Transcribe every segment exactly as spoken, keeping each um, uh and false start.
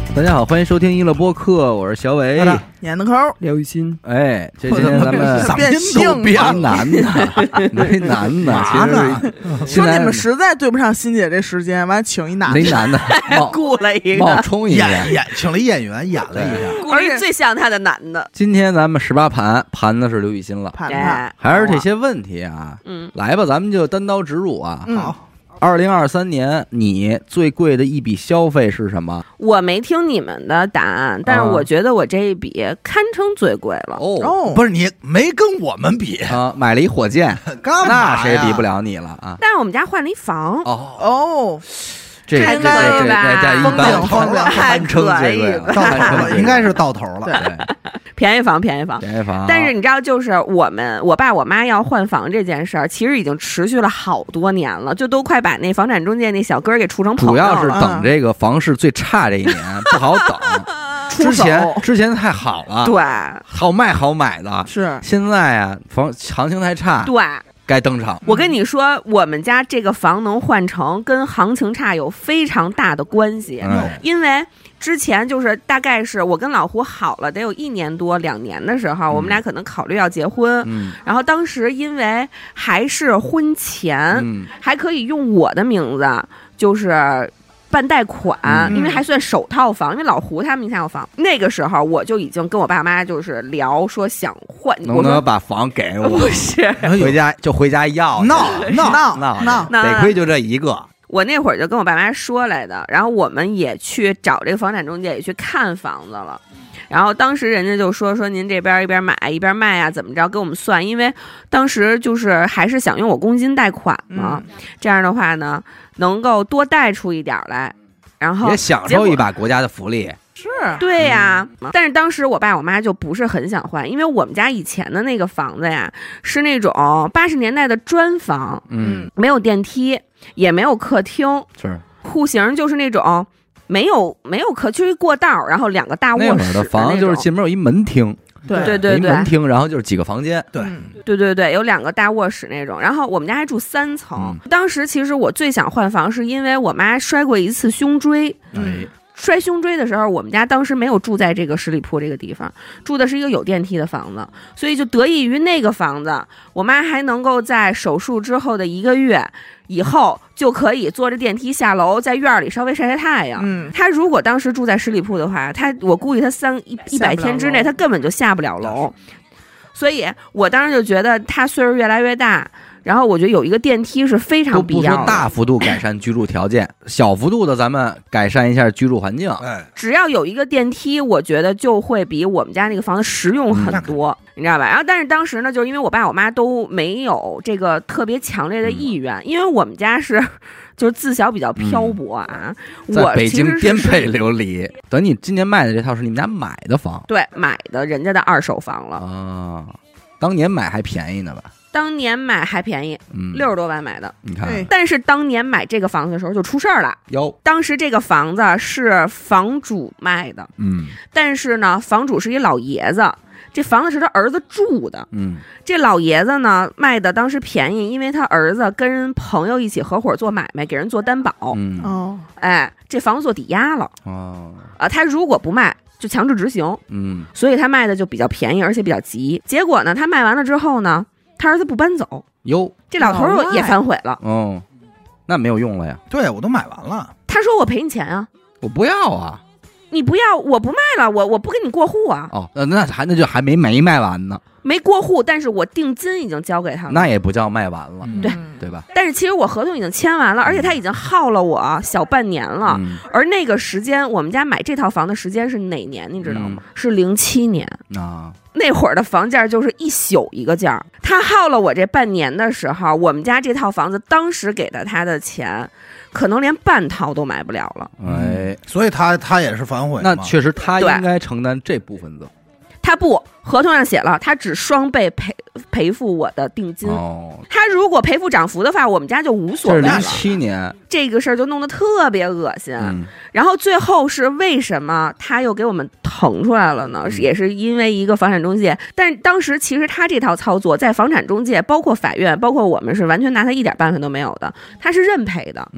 大家好，欢迎收听娱乐播客，我是小伟， 闫子抠， 廖玉新。 哎，这今天咱们变性没男的，没男的，其实说你们实在对不上欣姐这时间，完请一男的， 没男的， 雇了一冒个充一个演演，请了一演员演了一下， 雇了一个最像他的男的。 今天咱们十八盘盘的是刘雨欣了， 盘盘还是这些问题啊？ 嗯， 来吧，咱们就单刀直入啊。 好。 二零二三年，你最贵的一笔消费是什么？ 我没听你们的答案，但是我觉得我这一笔堪称最贵了。 哦哦， 不是你没跟我们比啊，买了一火箭， 干嘛那谁比不了你了啊？ 但是我们家换了一房。 哦哦。 这这这这这这一般堪称最贵了， 到头了，应该是到头了。 对， 便宜房，便宜房， 便宜房。 但是你知道，就是我们我爸我妈要换房这件事儿，其实已经持续了好多年了，就都快把那房产中介那小哥给处成朋友了。 主要是等这个房市最差这一年不好等。之前之前太好了， 对， 好卖好买的是。 现在啊，房行情太差， 对。 该登场。 我跟你说，我们家这个房能换成跟行情差有非常大的关系， 嗯、 因为之前就是大概是我跟老胡好了得有一年多两年的时候，嗯、我们俩可能考虑要结婚， 嗯、 然后当时因为还是婚前， 嗯、 还可以用我的名字，就是办贷款， 嗯、 因为还算首套房，因为老胡他们家有房。那个时候我就已经跟我爸妈就是聊说想换， 能不能把房给我？ 不是， 回家就回家要闹闹闹闹， 得亏就这一个。 我那会儿就跟我爸妈说来的，然后我们也去找这个房产中介，也去看房子了。然后当时人家就说说您这边一边买一边卖啊，怎么着给我们算？因为当时就是还是想用我公积贷款嘛，嗯、这样的话呢，能够多贷出一点来，然后也享受一把国家的福利。 是对呀、啊，但是当时我爸我妈就不是很想换，因为我们家以前的那个房子呀，是那种八十年代的砖房， 嗯， 没有电梯，也没有客厅， 是户型就是那种。没有没有可就是过道，然后两个大卧室。 那会儿的房就是进门有一门厅， 对对对对， 门厅，然后就是几个房间， 对对对对，有两个大卧室那种。然后我们家还住三层。嗯、当时其实我最想换房，是因为我妈摔过一次胸椎。 嗯。 摔胸椎的时候，我们家当时没有住在这个十里铺这个地方，住的是一个有电梯的房子，所以就得益于那个房子，我妈还能够在手术之后的一个月以后就可以坐着电梯下楼，在院里稍微晒晒太阳。 嗯， 她如果当时住在十里铺的话，她我估计她三一一百天之内她根本就下不了楼，所以我当时就觉得她岁数越来越大。然后我觉得有一个电梯是非常必要的， 不说大幅度改善居住条件，小幅度的咱们改善一下居住环境。 哎， 只要有一个电梯，我觉得就会比我们家那个房子实用很多，嗯、你知道吧？然后但是当时呢，就是因为我爸我妈都没有这个特别强烈的意愿，嗯、因为我们家是就是自小比较漂泊啊， 嗯、 我在北京颠沛流离。等你今年卖的这套是你们家买的房？ 对，买的人家的二手房了啊，当年买还便宜呢吧？ 当年买还便宜， 嗯， 六十多万买的。 你看， 但是当年买这个房子的时候就出事儿了。 有， 当时这个房子是房主卖的， 嗯， 但是呢，房主是一老爷子，这房子是他儿子住的， 嗯， 这老爷子呢卖的当时便宜，因为他儿子跟朋友一起合伙做买卖，给人做担保， 嗯， 哦， 哎，这房子做抵押了， 哦， 啊，他如果不卖。就强制执行， 嗯， 所以他卖的就比较便宜，而且比较急。结果呢，他卖完了之后呢，他儿子不搬走， 哟， 这老头儿也反悔了。 哦，那没有用了呀。 对，我都买完了。 他说我赔你钱啊， 我不要啊。 你不要，我不卖了，我我不给你过户啊。 哦，那还那就还没没卖完呢。 没过户，但是我定金已经交给他了。 那也不叫卖完了， 嗯、 对对吧？ 但是其实我合同已经签完了，而且他已经耗了我小半年了。 嗯、 而那个时间，我们家买这套房的时间是哪年？你知道吗？嗯、是零七年啊。 那会儿的房价就是一宿一个价，他耗了我这半年的时候，我们家这套房子当时给的他的钱，可能连半套都买不了了。 哎， 所以他他也是反悔。 那确实他应该承担这部分责。 他不，合同上写了，他只双倍赔赔付我的定金。 哦， 他如果赔付涨幅的话，我们家就无所谓了。 这是零七年， 这个事儿就弄得特别恶心。 嗯、 然后最后是为什么他又给我们腾出来了呢？嗯、也是因为一个房产中介。但当时其实他这套操作在房产中介，包括法院，包括我们是完全拿他一点办法都没有的。他是认赔的。 嗯。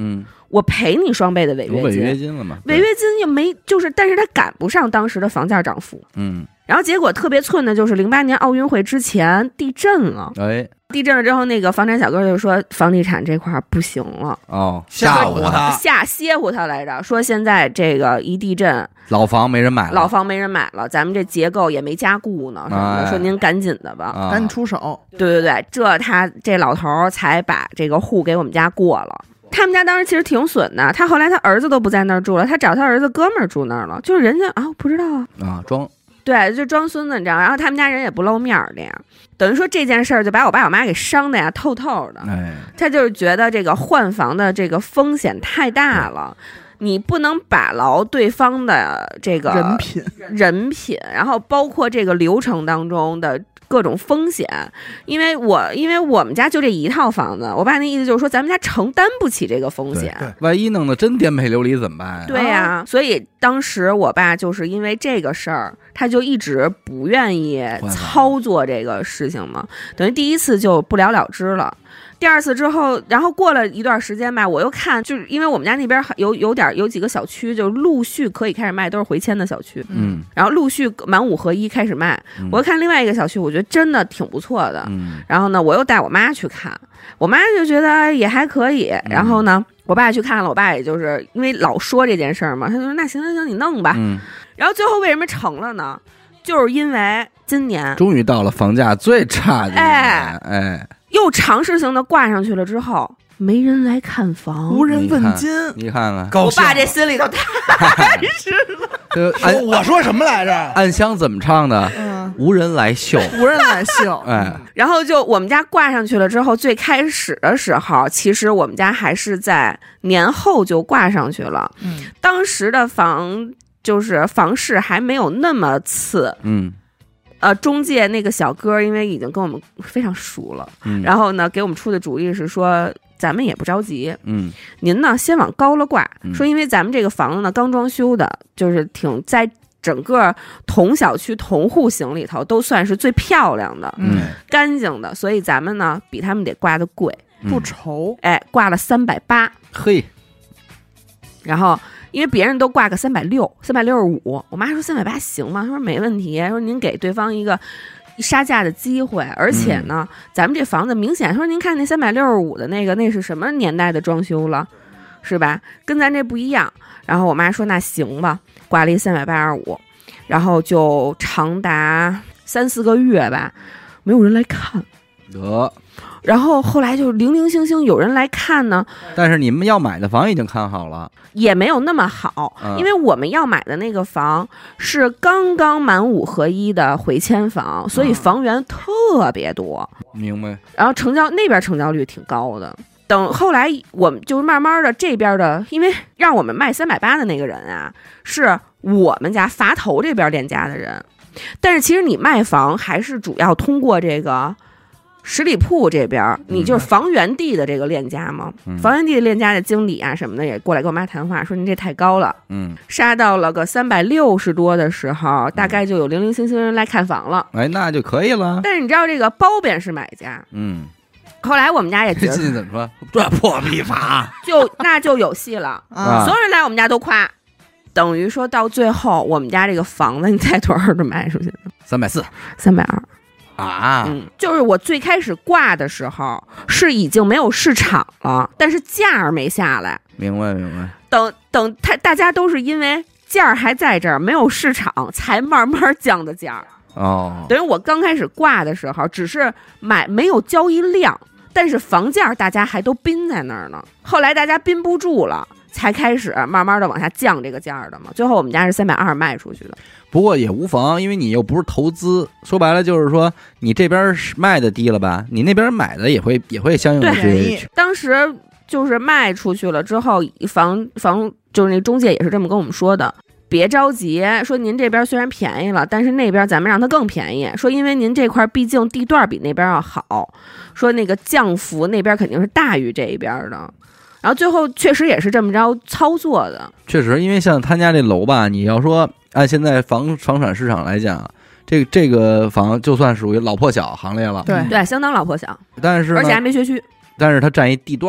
我赔你双倍的违约金， 有违约金了嘛？ 违约金又没，就是但是他赶不上当时的房价涨幅。 嗯， 然后结果特别寸的就是零八年奥运会之前地震了， 哎， 地震了之后，那个房产小哥就说房地产这块不行了， 哦， 吓唬他， 吓歇唬他来着，说现在这个一地震， 老房没人买了， 老房没人买了，咱们这结构也没加固呢，什么的， 哎说您赶紧的吧， 啊、 赶紧出手。 对对对，这他这老头儿才把这个户给我们家过了。他们家当时其实挺损的，他后来他儿子都不在那儿住了，他找他儿子哥们儿住那儿了，就是人家啊不知道啊啊装。 对，就装孙子，你知道，然后他们家人也不露面儿的呀，等于说这件事儿就把我爸我妈给伤的呀透透的。 哎， 他就是觉得这个换房的这个风险太大了，你不能把牢对方的这个人品， 人品，然后包括这个流程当中的各种风险，因为我因为我们家就这一套房子，我爸那意思就是说咱们家承担不起这个风险。 对对万一弄得真颠沛流离怎么办呀？ 对呀、啊，所以当时我爸就是因为这个事儿，他就一直不愿意操作这个事情嘛，等于第一次就不了了之了。第二次之后，然后过了一段时间吧，我又看，就是因为我们家那边有有点有几个小区，就陆续可以开始卖，都是回迁的小区， 嗯， 然后陆续满五合一开始卖。 嗯、 我又看另外一个小区，我觉得真的挺不错的。 嗯， 然后呢，我又带我妈去看，我妈就觉得也还可以。然后呢，我爸去看了，我爸也就是因为老说这件事儿嘛，他就说那行行行，你弄吧。 嗯， 然后最后为什么成了呢？就是因为今年终于到了房价最差的一年，哎哎。 又尝试性的挂上去了之后，没人来看房， 无人问津。 你看看， 我爸这心里头踏实了。 说我说什么来着？ 暗香怎么唱的？ 嗯， 无人来秀， 无人来秀。 哎， 然后就我们家挂上去了之后，最开始的时候，其实我们家还是在年后就挂上去了。 嗯， 当时的房就是房市还没有那么次。 嗯。 呃，中介那个小哥因为已经跟我们非常熟了， 嗯、 然后呢，给我们出的主意是说，咱们也不着急， 嗯， 您呢先往高了挂， 嗯、 说因为咱们这个房子呢刚装修的，就是挺在整个同小区同户型里头都算是最漂亮的， 嗯， 干净的，所以咱们呢比他们得挂的贵， 不愁， 哎，挂了三百八， 嘿， 然后。因为别人都挂个三百六、三百六十五，我妈说三百八行吗？她说没问题，说您给对方一个杀价的机会，而且呢，嗯、咱们这房子明显说您看那三百六十五的那个，那是什么年代的装修了，是吧？跟咱这不一样。然后我妈说那行吧，挂了一三百八十五，然后就长达三四个月吧，没有人来看。 得。 然后后来就零零星星有人来看呢， 但是你们要买的房已经看好了， 也没有那么好， 嗯、 因为我们要买的那个房是刚刚满五合一的回迁房，所以房源特别多。 明白。 然后成交那边成交率挺高的。等后来我们就慢慢的这边的，因为让我们卖三百八的那个人啊，是我们家垡头这边链家的人，但是其实你卖房还是主要通过这个。十里铺这边，你就是房源地的这个链家嘛？ 嗯、 房源地的链家的经理啊什么的也过来跟我妈谈话，说您这太高了。 嗯， 杀到了个三百六十多的时候，大概就有零零星星人来看房了。 哎，那就可以了。 但是你知道这个包贬是买家， 嗯， 后来我们家也觉得这怎么说？这破批法就那就有戏了啊！ 所有人来我们家都夸，等于说到最后，我们家这个房子你猜多少就卖出去了？ 三百四， 三百二。 啊， 嗯，就是我最开始挂的时候是已经没有市场了，但是价儿没下来。 明白明白。 等等，他大家都是因为价儿还在这儿，没有市场，才慢慢降的价儿。 哦， 等于我刚开始挂的时候，只是买没有交易量，但是房价大家还都宾在那儿呢。后来大家宾不住了，才开始慢慢的往下降这个价儿的嘛。最后我们家是三百二卖出去的。 不过也无妨，因为你又不是投资，说白了就是说你这边卖的低了吧，你那边买的也会也会相应的便宜。 当时就是卖出去了之后，房房就是那中介也是这么跟我们说的，别着急，说您这边虽然便宜了，但是那边咱们让它更便宜，说因为您这块毕竟地段比那边要好，说那个降幅那边肯定是大于这一边的。然后最后确实也是这么着操作的。 确实，因为像他家这楼吧，你要说按现在房房产市场来讲，这这个房就算属于老破小行列了。 对对，相当老破小， 但是而且还没学区。 但是它占一地段，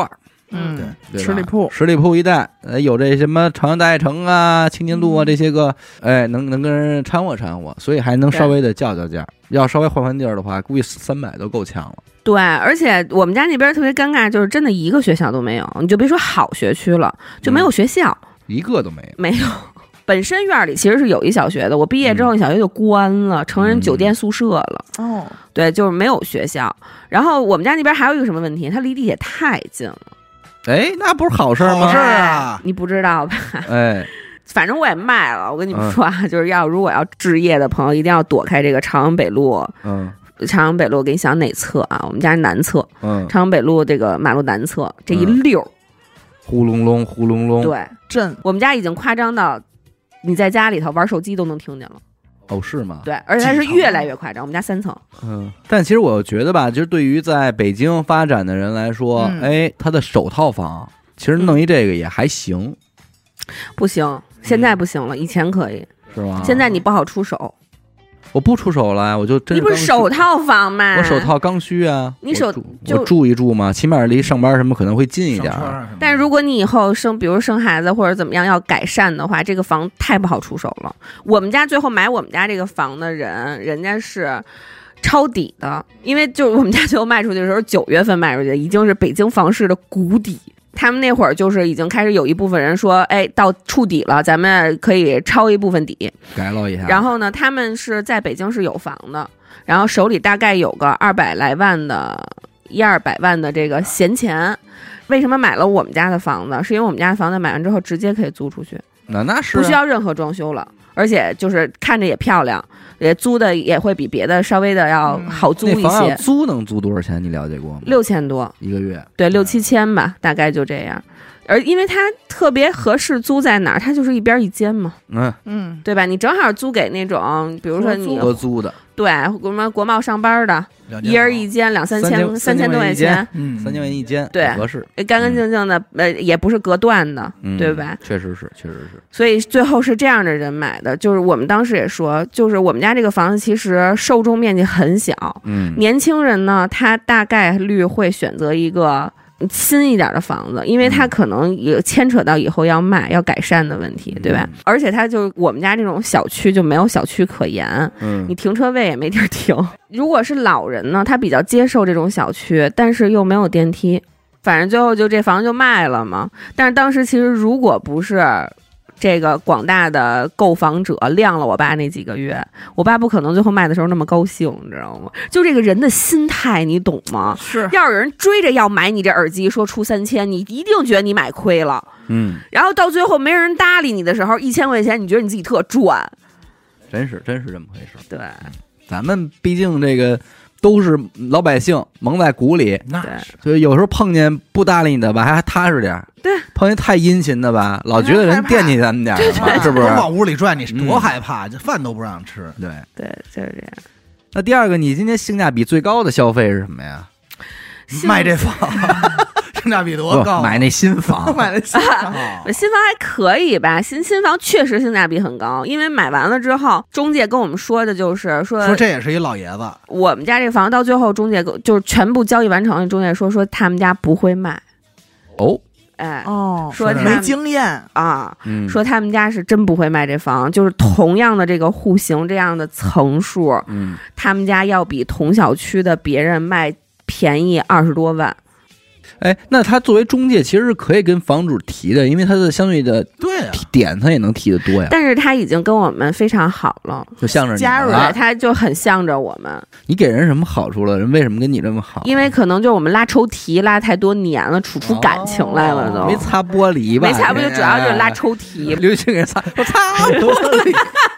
嗯， 对吧十里铺， 十里铺一带，呃，有这什么长安大悦城啊、青年路啊这些个，哎，能能跟人掺和掺和，所以还能稍微的叫叫价。要稍微换换地儿的话，估计三百都够呛了。 对，而且我们家那边特别尴尬，就是真的一个学校都没有，你就别说好学区了，就没有学校， 嗯、一个都没有， 没有。本身院里其实是有一小学的，我毕业之后小学就关了，嗯、成人酒店宿舍了。 哦， 对，就是没有学校。然后我们家那边还有一个什么问题，它离地铁太近了。 哎，那不是好事吗？ 好事啊！ 你不知道吧？ 哎。 反正我也卖了，我跟你们说啊，嗯、就是要如果要置业的朋友，一定要躲开这个朝阳北路。 嗯， 朝阳北路，我给你想哪侧啊？我们家是南侧。 嗯， 朝阳北路这个马路南侧这一溜， 嗯、呼隆隆，呼隆隆。 对， 震。 我们家已经夸张到你在家里头玩手机都能听见了。 哦，是吗？ 对，而且它是越来越夸张。我们家三层。 嗯，但其实我觉得吧，就是对于在北京发展的人来说，嗯、哎，他的首套房其实弄一这个也还行。 不行。现在不行了，以前可以， 是吗？ 现在你不好出手， 我不出手了，我就真你不是首套房吗？ 我首套刚需啊， 你首我住一住嘛，起码离上班什么可能会近一点。 但是如果你以后生，比如生孩子或者怎么样要改善的话，这个房太不好出手了。我们家最后买我们家这个房的人，人家是抄底的，因为就是我们家最后卖出去的时候，九月份卖出去，已经是北京房市的谷底。他们那会儿就是已经开始有一部分人说，哎，到触底了，咱们可以抄一部分底， 改造一下。 然后呢，他们是在北京是有房的，然后手里大概有个二百来万的一二百万的这个闲钱。为什么买了我们家的房子？是因为我们家的房子买完之后直接可以租出去， 那那是、啊、 不需要任何装修了，而且就是看着也漂亮。也租的也会比别的稍微的要好租一些。 那房要租能租多少钱？你了解过吗？ 六千多一个月， 对，六七千吧，大概就这样。而因为它特别合适租在哪儿，它就是一边一间嘛， 嗯嗯， 对吧？你正好租给那种，比如说你合租的， 对，什么国贸上班的，一人一间两三千， 三千多块钱， 嗯，三千块钱一间， 对， 合适， 干干净净的，嗯、呃，也不是隔断的， 嗯、 对吧？ 确实是，确实是。 所以最后是这样的人买的，就是我们当时也说，就是我们家这个房子其实受众面积很小， 嗯， 年轻人呢，他大概率会选择一个新一点的房子，因为它可能也牵扯到以后要卖要改善的问题，对吧？嗯、而且它就我们家这种小区就没有小区可言， 嗯， 你停车位也没地儿停。如果是老人呢，他比较接受这种小区，但是又没有电梯，反正最后就这房子就卖了嘛。但是当时其实如果不是这个广大的购房者晾了我爸那几个月，我爸不可能最后卖的时候那么高兴，你知道吗？就这个人的心态你懂吗？ 是， 要有人追着要买你这耳机说出三千，你一定觉得你买亏了， 嗯， 然后到最后没人搭理你的时候，一千块钱你觉得你自己特赚， 真是真是这么回事。 对， 咱们毕竟这个都是老百姓，蒙在鼓里， 那是，所以有时候碰见不搭理你的吧，还踏实点。 对， 碰见太殷勤的吧，老觉得人惦记咱们点儿，是不是？ 往屋里转，你多害怕，这饭都不让吃。 对对，就是这样。 那第二个，你今天性价比最高的消费是什么呀？ 卖这房。性价比多高？ 买那新房， 买那新房， 新房还可以吧？新新房确实性价比很高，因为买完了之后，中介跟我们说的就是说， 说这也是一老爷子。 我们家这房到最后，中介就是全部交易完成，中介说说他们家不会卖。 哦， 哎， 哦， 说没经验啊、 嗯， 说他们家是真不会卖这房，就是同样的这个户型，这样的层数， 嗯， 他们家要比同小区的别人卖便宜二十多万。 哎，那他作为中介其实是可以跟房主提的，因为他的相对的对啊点他也能提得多呀。 但是他已经跟我们非常好了， 就向着你加入了，他就很向着我们。 你给人什么好处了？人为什么跟你这么好？ 因为可能就是我们拉抽屉拉太多年了，处出感情来了都。 哦、没擦玻璃吧？ 没擦，不就主要就是拉抽屉。 刘星给擦，我擦玻璃。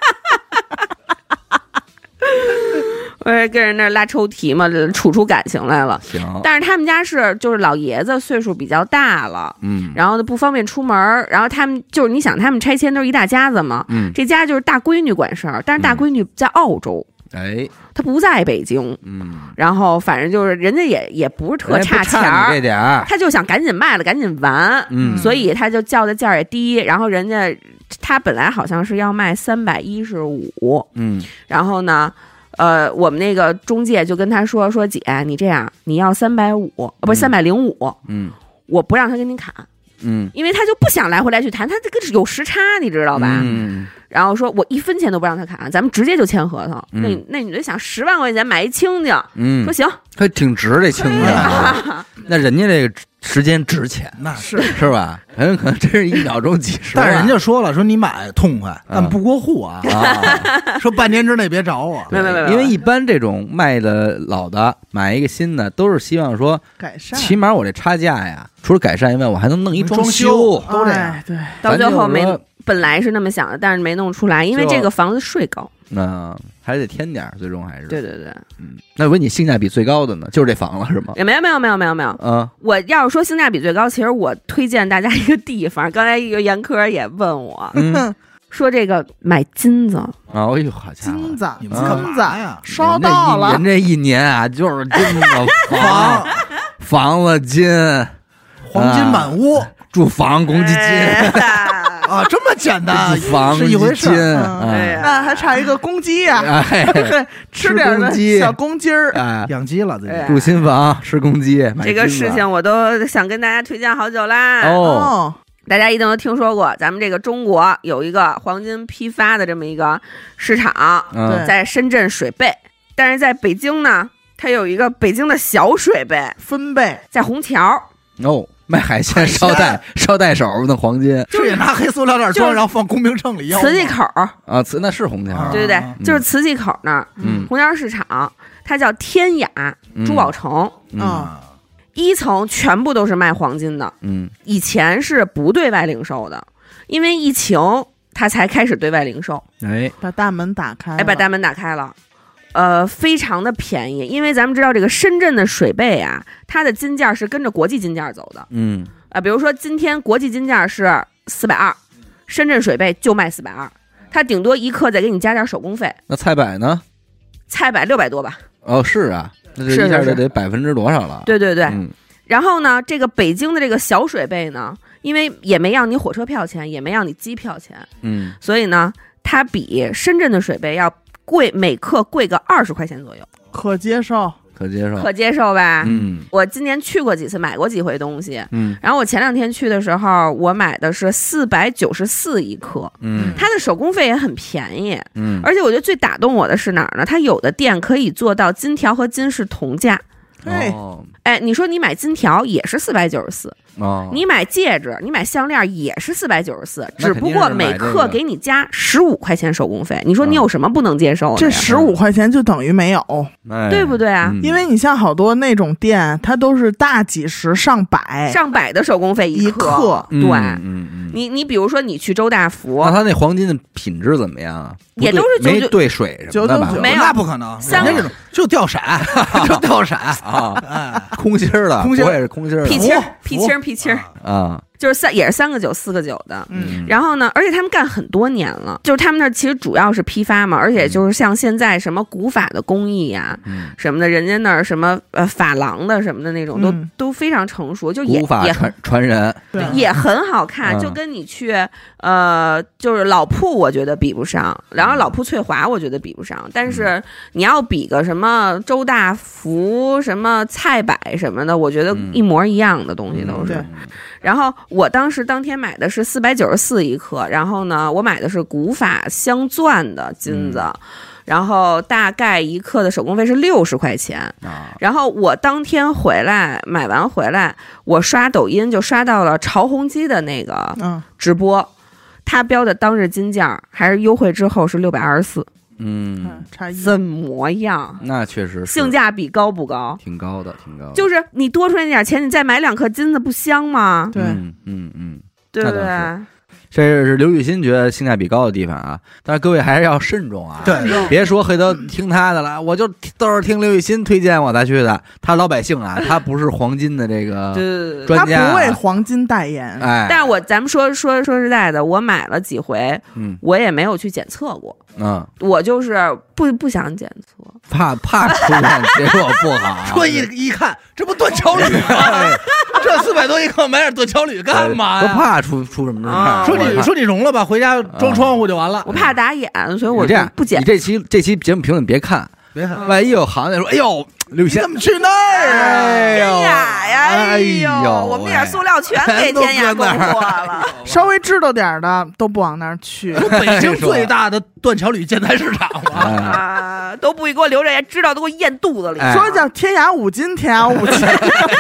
我也跟人那拉抽屉嘛，处出感情来了。 行， 但是他们家是就是老爷子岁数比较大了， 嗯， 然后呢不方便出门，然后他们就是你想他们拆迁都是一大家子嘛， 嗯， 这家就是大闺女管事儿，但是大闺女在澳洲， 哎、嗯， 她不在北京， 嗯， 然后反正就是人家也也不是特差钱儿， 这点儿， 他就想赶紧卖了，赶紧完， 嗯， 所以他就叫的价儿也低，然后人家他本来好像是要卖三百一十五， 嗯， 然后呢。呃，我们那个中介就跟他说说姐，你这样你要三百五，不是三百零五， 嗯， 我不让他跟你砍， 嗯， 因为他就不想来回来去谈，他这个有时差，你知道吧？ 嗯， 然后说我一分钱都不让他砍，咱们直接就签合同。 嗯、 那那女的想十万块钱买一清净， 嗯， 说行， 还挺值这清净、啊，那人家这个时间值钱， 那是是吧？很有可能真是一秒钟几十万。 但是人家说了，说你买痛快，但不过户啊。啊说半年之内别找我。 没没没， 因为一般这种卖的老的买一个新的，都是希望说改善， 起码我这差价呀，除了改善以外，我还能弄一装修， 都这样。 哎、对， 到最后没，本来是那么想的，但是没弄出来，因为这个房子税高。 嗯，还得添点，最终还是。 对对对， 嗯，那问你性价比最高的呢，就是这房了是吗？ 也没有没有没有没有没有。 嗯， 我要是说性价比最高，其实我推荐大家一个地方。刚才一个严科也问我， 嗯、 说这个买金子。 哦，哎呦，好家伙， 金子， 你们干嘛呀？ 烧到了， 人这一年啊，就是金子房房子金， 黄金满屋， 啊、住房公积金。 哎啊，这么简单， 房是一回事。 嗯哎、那还差一个公鸡呀、 啊，哎、 吃点的小公鸡儿， 哎， 养鸡了， 哎、 住新房，吃公鸡。 这个事情我都想跟大家推荐好久啦。 哦， 大家一定都听说过，咱们这个中国有一个黄金批发的这么一个市场， 嗯、 在深圳水贝，但是在北京呢，它有一个北京的小水贝分贝， 在虹桥。 哦。卖海鲜捎带捎带手的黄金， 是也拿黑塑料袋装，然后放公平秤里要。 瓷器口啊，瓷那是虹桥， 对对对， 嗯、 就是瓷器口那儿， 嗯， 虹桥市场，它叫天雅珠宝城， 嗯， 嗯一层全部都是卖黄金的， 嗯， 以前是不对外零售的，因为疫情它才开始对外零售， 哎， 把大门打开， 哎，把大门打开了。呃，非常的便宜，因为咱们知道这个深圳的水贝啊，它的金价是跟着国际金价走的。 嗯， 啊、呃，比如说今天国际金价是四百二，深圳水贝就卖四百二，它顶多一克再给你加点手工费。 那菜百呢？ 菜百六百多吧？ 哦，是啊，那这一下就得百分之多少了？ 对对对。 嗯、 然后呢，这个北京的这个小水贝呢，因为也没要你火车票钱，也没要你机票钱， 嗯， 所以呢，它比深圳的水贝要贵，每克贵个二十块钱左右， 可接受， 可接受， 可接受吧？ 嗯， 我今年去过几次，买过几回东西， 嗯， 然后我前两天去的时候，我买的是四百九十四一克， 嗯， 它的手工费也很便宜， 嗯， 而且我觉得最打动我的是哪儿呢？它有的店可以做到金条和金饰同价， 哎、 哦， 哎，你说你买金条也是四百九十四。 哦， 你买戒指，你买项链也是四百九十四，只那肯定是不过每克给你加十五块钱手工费。你说你有什么不能接受的呀？ 这十五块钱就等于没有， 哎对不对啊？ 嗯因为你像好多那种店，它都是大几十、上百、 上百的手工费一克， 克对， 嗯嗯嗯， 你你比如说你去周大福， 那他那黄金的品质怎么样啊？ 也都是没九九兑水什么的吧？ 九九九没有那不可能， 三人家这种就掉色，就掉色啊， 哎， 空心儿的， 空心儿不会是空心儿的皮青服皮青皮青， 啊？ 就是三也是三个九四个九的。 嗯， 然后呢，而且他们干很多年了，就是他们那其实主要是批发嘛，而且就是像现在什么古法的工艺呀、 嗯， 什么的，人家那儿什么呃珐琅的什么的那种，都、 嗯都非常成熟，就也也古法传传人， 对， 也很好看， 嗯就跟你去呃，就是老铺，我觉得比不上，然后老铺翠华，我觉得比不上，但是你要比个什么周大福、什么菜百什么的，我觉得一模一样的东西都是。 对然后我当时当天买的是四百九十四一克，然后呢，我买的是古法镶钻的金子。嗯，然后大概一克的手工费是六十块钱啊， 然后我当天回来买完回来，我刷抖音就刷到了潮宏基的那个直播，嗯、他标的当日金价还是优惠之后是六百二十四， 嗯， 差一怎么样？ 那确实是性价比高不高？ 挺高的，挺高的。 就是你多出来那点钱，你再买两颗金子不香吗？ 对， 嗯嗯嗯， 对不对？ 这是刘雨欣觉得性价比高的地方啊，但是各位还是要慎重啊， 对， 别说回头听他的了，我就都是听刘雨欣推荐我才去的。他老百姓啊，他不是黄金的这个专家、啊， 他不为黄金代言。 哎， 但是我咱们说说说实在的，我买了几回， 嗯， 我也没有去检测过， 嗯， 我就是不不想检测， 怕怕出现结果不好。 说一一看，这不断桥铝吗？这四百多一克买点断桥铝干嘛呀？ 都怕出出什么事、啊。 说你说你融了吧，回家装窗户就完了。 我怕打眼，所以我这样不检。 你这期这期节目评论别看， 别看， 万一有行家说，哎呦， 刘贤你怎么去那儿啊？ 哎呦天雅呀，哎呦，我们点塑料全给天雅供货了。 稍微知道点儿的都不往那儿去。 北京最大的断桥铝建材市场嘛， 啊，都不许给我留着，知道都给我咽肚子里。 哎说叫天涯五金，天涯五金。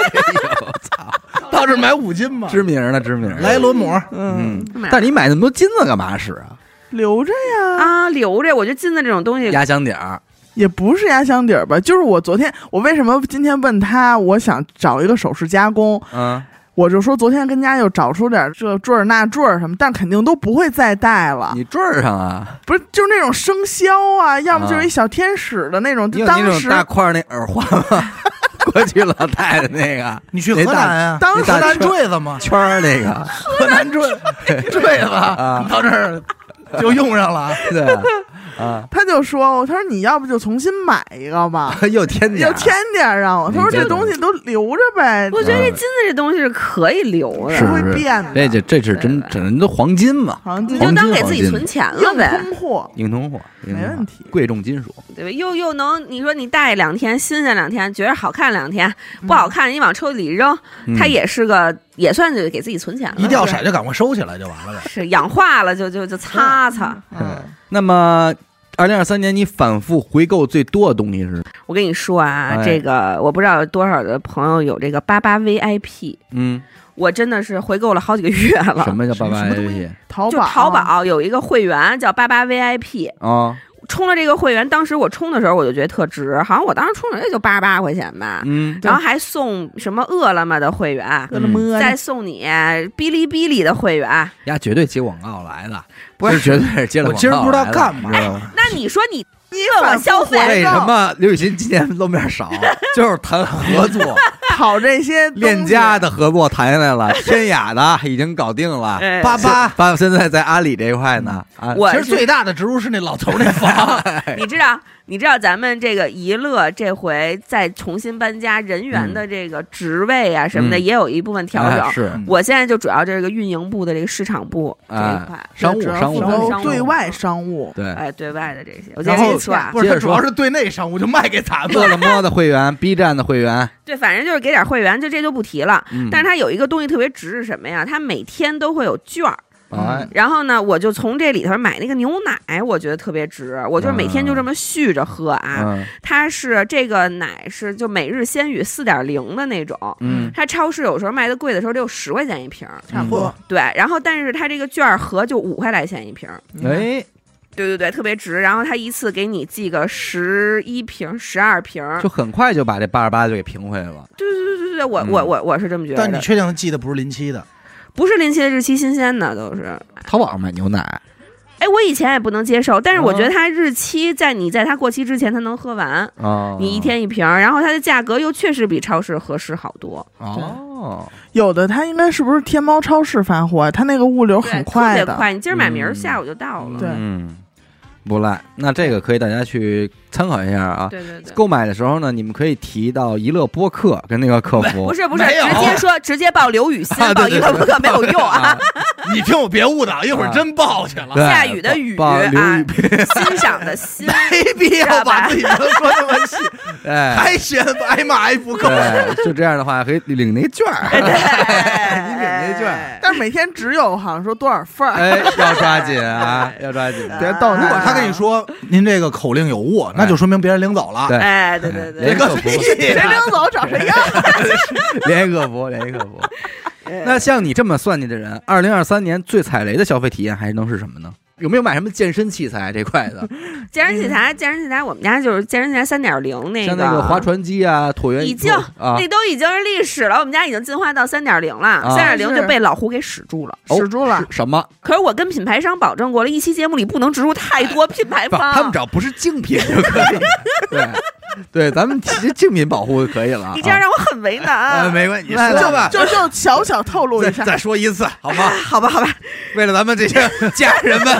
到这买五金嘛， 知名的知名的， 来轮膜， 嗯，但是你买那么多金子干嘛使啊？ 留着呀， 啊，留着。我觉得金子这种东西， 压箱底儿， 也不是压箱底儿吧，就是我昨天我为什么今天问他，我想找一个首饰加工， 嗯， 我就说昨天跟家又找出点这坠儿那坠儿什么，但肯定都不会再戴了。 你坠儿上啊？ 不是，就是那种生肖啊，要么就是一小天使的那种。 你有那种就当时大块儿那耳环吗？过去老戴的那个， 你去河南呀？ 当时河南坠子嘛， 圈儿那个， 河南坠坠子啊， 到这儿就用上了。 对啊， 他就说，他说你要不就重新买一个吧， 又添点又添点儿让我。他说你这这东西都留着呗， 我觉得这金子这东西是可以留的， 是会变的。 这这这是真真的黄金嘛？ 好像你就当给自己存钱了硬呗， 通货硬通货， 没问题， 贵重金属， 对吧？又又能你说你戴两天，新鲜两天，觉得好看两天，不好看你往抽屉里扔， 嗯它也是个也算是给自己存钱了。 一掉色就赶快收起来就完了呗。 是氧化了就就就擦擦。 嗯， 那么，二零二三年你反复回购最多的东西是？ 我跟你说啊， 哎这个我不知道有多少的朋友有这个八八 V I P， 嗯， 我真的是回购了好几个月了。 什么叫八八什么东 A P 西就淘宝淘宝有一个会员叫八八 V I P， 啊？ 充了这个会员，当时我充的时候我就觉得特值，好像我当时充了也就八十八块钱吧。 嗯， 然后还送什么饿了么的会员， 饿了么再送你哔哩哔哩的会员。 呀，绝对接广告来的， 不是这绝对是接了广告来的。 我今儿不知道干嘛你知道吗那你说你问我消费， 为什么刘雨欣今年露面少？就是谈合作， 跑这些东西链家的合作谈下来了，天雅的已经搞定了， 哎八八八现在在阿里这一块呢。啊， 我其实最大的植入是那老头那房， 你知道，你知道咱们这个宜乐这回再重新搬家，人员的这个职位啊什么的， 嗯也有一部分调整。 哎是我现在就主要这个运营部的这个市场部这一块， 商务主要商务负商务责对外商务， 对， 哎，对外的这些，我接然后着跟你说啊不，是接着说他主要是对内商务就卖给咱们。 饿了么的会员，B 站的会员， 对，反正就是给点会员，就这就不提了。 嗯， 但是它有一个东西特别值是什么呀？它每天都会有券儿。 哎， 然后呢，我就从这里头买那个牛奶，我觉得特别值。我就是每天就这么续着喝啊。 嗯它是这个奶是就每日鲜语四点零的那种， 嗯它超市有时候卖的贵的时候得有十块钱一瓶儿， 差不多。 对。然后但是它这个券儿盒就五块来钱一瓶儿， 哎， 对对对，特别值。然后它一次给你寄个十一瓶、十二瓶儿， 就很快就把这八十八就给平回来了。 对对对对对，我嗯我我我是这么觉得的， 但你确定寄的不是临期的？ 不是临期的日期新鲜的都是。 淘宝上买牛奶， 哎，我以前也不能接受，但是我哦觉得它日期在你在它过期之前，它能喝完， 哦， 你一天一瓶儿，然后它的价格又确实比超市合适好多， 哦， 有的它应该是不是天猫超市发货？它那个物流对， 很特快的， 别快，你今儿买明儿嗯下午就到了。 对嗯，不赖。那这个可以大家去参考一下啊。 对对对。 购买的时候呢，你们可以提到娱乐播客跟那个客服， 不是不是， 没有直接说直接报刘雨欣， 啊对对报一个不可没有用啊！ 你听我别误导，一会儿真爆去了。 对下雨的雨报刘啊雨， 欣赏的欣， 没必要把自己能说那么细， 哎， 还嫌挨骂还不够。 对，就这样的话可以领那券儿， 对， 你领那券儿， 但是每天只有好像说多少份儿， 哎，要抓紧啊，要抓紧。 别逗他。 如果他跟你说您这个口令有误，那就说明别人领走了。 对哎，对对对连， 个客服， 屁谁领走找谁要？ 联系客服，联系客服。那像你这么算计的人，二零二三年最踩雷的消费体验还能是什么呢？有没有买什么健身器材这块的？ 健身器材，健身器材，我们家就是健身器材三点零那个， 像那个划船机啊、椭圆已经啊， 那都已经是历史了，我们家已经进化到三点零了， 啊三点零是就被老胡给使住了。 哦使住了是什么？ 可是我跟品牌商保证过了，一期节目里不能植入太多品牌不， 方。 他们只要不是竞品就可以。对，对，咱们其实竞品保护就可以了啊。 你这样让我很为难。 呃，没关系，你来说吧， 就就小小透露再一下， 再说一次，好吗？ 好吧，好吧， 为了咱们这些家人们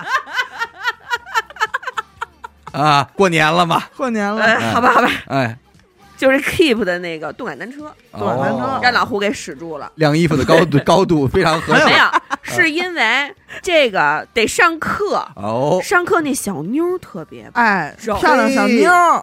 啊，过年了嘛， 过年了， 呃，好吧，好吧， 哎， 就是 Keep 的那个动感单车， 动感单车哦让老胡给使住了。 晾衣服的高度高度非常合适。 没有，是因为这个得上课， 哦， 上课那小妞儿特别棒。 哎， 肉漂亮小妞儿，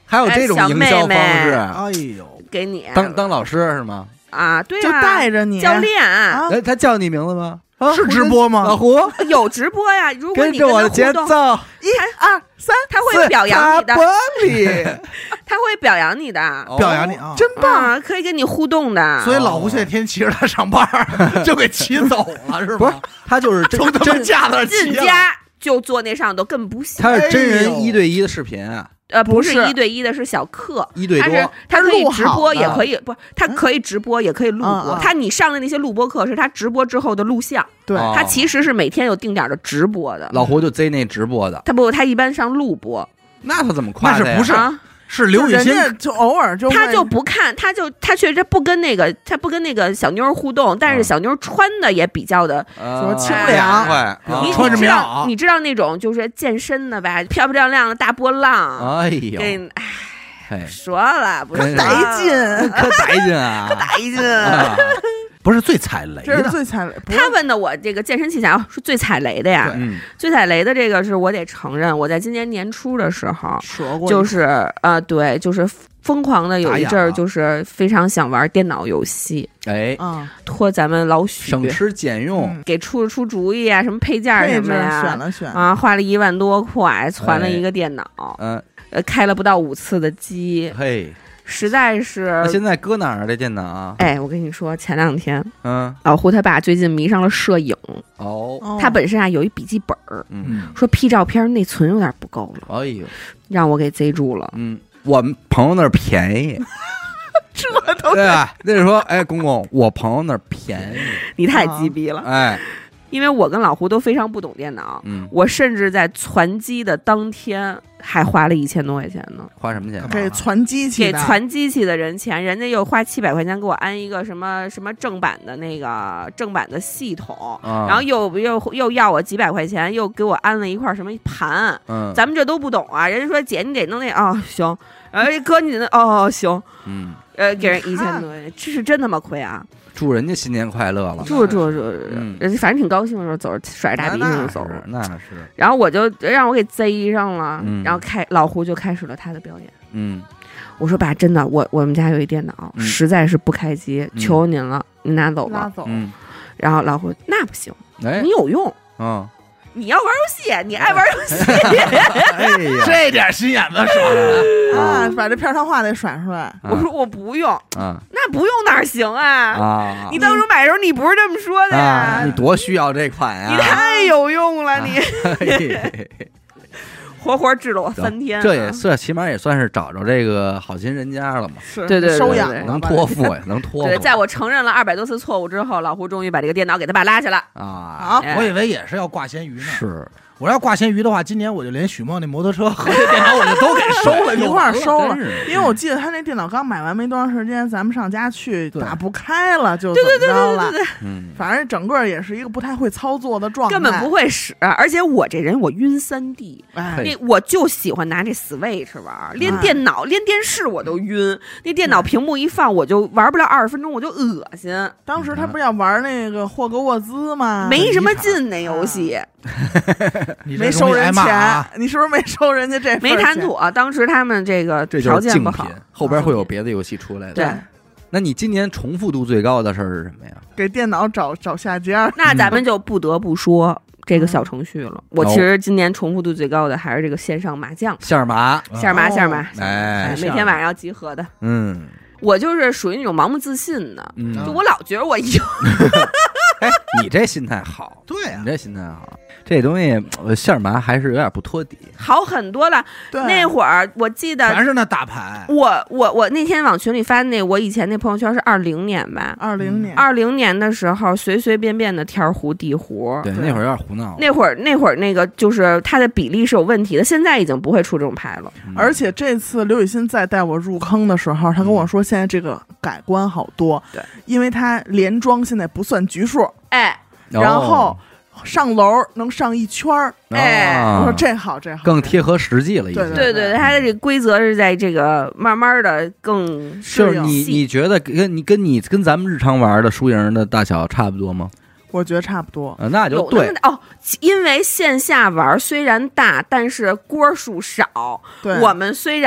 还有这种营销方式， 哎呦， 给你当当老师是吗？ 啊，对啊， 就带着你教练啊哎，他叫你名字吗？啊是直播吗？ 老胡， 有直播呀，如果你跟着我的节他互动， 奏， 一二三， 他会表扬你的， 玻璃， 他会表扬你的， 哦表扬你啊！ 真棒！ 啊，可以跟你互动的。 所以老胡现在天天骑着他上班，就给骑走了，是不是吧？ 他就是真从他们真， 架子上骑了。 进家就坐那上头，根本不行。 他是真哎呦人一对一的视频啊， 呃，不是不是一对一的，是小课。 一对他是多， 他可以录好直播， 的也可以不，他可以直播，也可以录播。 嗯嗯他你上的那些录播课是他直播之后的录像， 对， 哦他其实是每天有定点的直播的。 老胡就贼那直播的， 他不，他一般上录播那他怎么夸他呀？ 那是不是啊， 是刘雨欣人家就偶尔就会他就不看，他就他确实不跟那个他不跟那个小妞互动，但是嗯小妞穿的也比较的。 呃说清凉凉快， 啊你穿着你知道棉袄你知道那种就是健身的吧，漂漂亮亮的大波浪。 哎呦， 给哎嘿， 说了不是真是带劲， 可带劲啊！ 带劲。 啊不是最踩雷这是的， 最惨。不是他问的我这个健身器材哦是最踩雷的呀， 嗯， 最踩雷的这个是我得承认，我在今年年初的时候， 说过， 就是呃对，就是疯狂的有一阵儿， 打眼了就是非常想玩电脑游戏， 哎， 啊， 托咱们老许省吃俭用， 嗯给出出主意啊，什么配件儿配置什么呀， 选了选， 啊，花了一万多块攒了一个电脑， 嗯， 呃，开了不到五次的机， 嘿， 实在是那。现在搁哪儿啊？这电脑啊？ 哎，我跟你说，前两天嗯， 老胡他爸最近迷上了摄影， 哦， 哦他本身啊有一笔记本儿， 嗯， 嗯， 说 P 照片内存有点不够了， 哎呦， 让我给贼住了。 嗯，我们朋友那儿便宜， 这都对吧？那是说，哎，公公，我朋友那儿便宜， 你太鸡逼了， 哎， 因为我跟老胡都非常不懂电脑， 嗯， 我甚至在攒机的当天还花了一千多块钱呢， 花什么钱？ 给攒机器给的， 攒机器的人钱，人家又花七百块钱给我安一个什么什么正版的那个正版的系统， 啊， 然后又又又要我几百块钱，又给我安了一块什么盘， 嗯， 咱们这都不懂啊，人家说姐你得弄那哦行，然后哥你得哦行， 嗯， 呃给人一千多，这是真他妈亏啊！ 祝人家新年快乐了， 住着住着住着， 嗯人家反正挺高兴的时候，走着甩着大鼻涕就那走了。 是那是， 然后我就让我给贼上了， 嗯然后开老胡就开始了他的表演。 嗯， 我说爸，真的，我我们家有一电脑， 嗯实在是不开机， 嗯求您了，你拿走吧。 拉走， 嗯， 然后老胡那不行， 哎你，有用， 嗯， 你要玩游戏，你爱玩游戏。 哎呀， 这点心眼子耍， 啊，把这片儿汤话得甩出来。 我说我不用， 啊那不用哪行啊？ 啊， 你当初买的时候你不是这么说的啊， 呀？ 你多需要这款呀！ 你太有用了，你嘿活活治了我三天啊。 这也算，起码也算是找着这个好心人家了嘛， 是对对对收养对对能了吧托付呀，能托付。 对，在我承认了二百多次错误之后，老胡终于把这个电脑给他爸拉去了。 啊， 好， 哎我以为也是要挂咸鱼呢。 是， 我要挂咸鱼的话，今年我就连许梦那摩托车和这电脑我就都给收了， 一块儿收了真。是因为我记得他那电脑刚买完没多长时间，咱们上家去对打不开了，就怎么着了？ 嗯， 反正整个也是一个不太会操作的状态， 根本不会使，而且我这人我晕三 D， 哎嘿那我就喜欢拿这 Switch 玩，连哎电脑、连电视我都晕。那电脑屏幕一放，我就玩不了二十分钟，我就恶心， 当时他不是要玩那个霍格沃兹吗？ 没什么劲那游戏， 你这容易没收人挨骂啊钱，你是不是没收人家这份没谈钱？ 妥。当时他们这个这就是竞品条件不好，， 后边会有别的游戏出来的。 对， 那你今年重复度最高的事儿是什么呀？ 给电脑找找下家。 那咱们就不得不说这个小程序了。我其实今年重复度最高的还是这个线上麻将， 馅儿麻， 线儿麻哦线儿麻， 哎哎，每天晚上要集合的。 嗯我就是属于那种盲目自信的， 嗯， 就我老觉得我赢。 哎，你这心态好， 对呀你，这心态好，这东西呃馅儿麻还是有点不托底。 好很多了。 对， 那会儿我记得全是那大牌， 我我我那天往群里发那我以前那朋友圈是二零年吧， 二零年， 二零年的时候随随便便的天胡地胡， 对， 对那会儿有点胡闹。 那会儿那会儿那个就是它的比例是有问题的，现在已经不会出这种牌了。 嗯而且这次刘雨欣再带我入坑的时候，他跟我说现在这个改观好多， 对， 因为他连庄现在不算局数， 哎哦然后上楼能上一圈儿。 哎哦我说这好，这好， 更贴合实际了，已经。 对对对对，它的这个规则是在这个慢慢的更就是你细你觉得跟你跟你跟咱们日常玩的输赢的大小差不多吗？ 我觉得差不多。 啊，那就有那么对。 大哦，因为线下玩虽然大，但是锅数少。 对， 我们虽然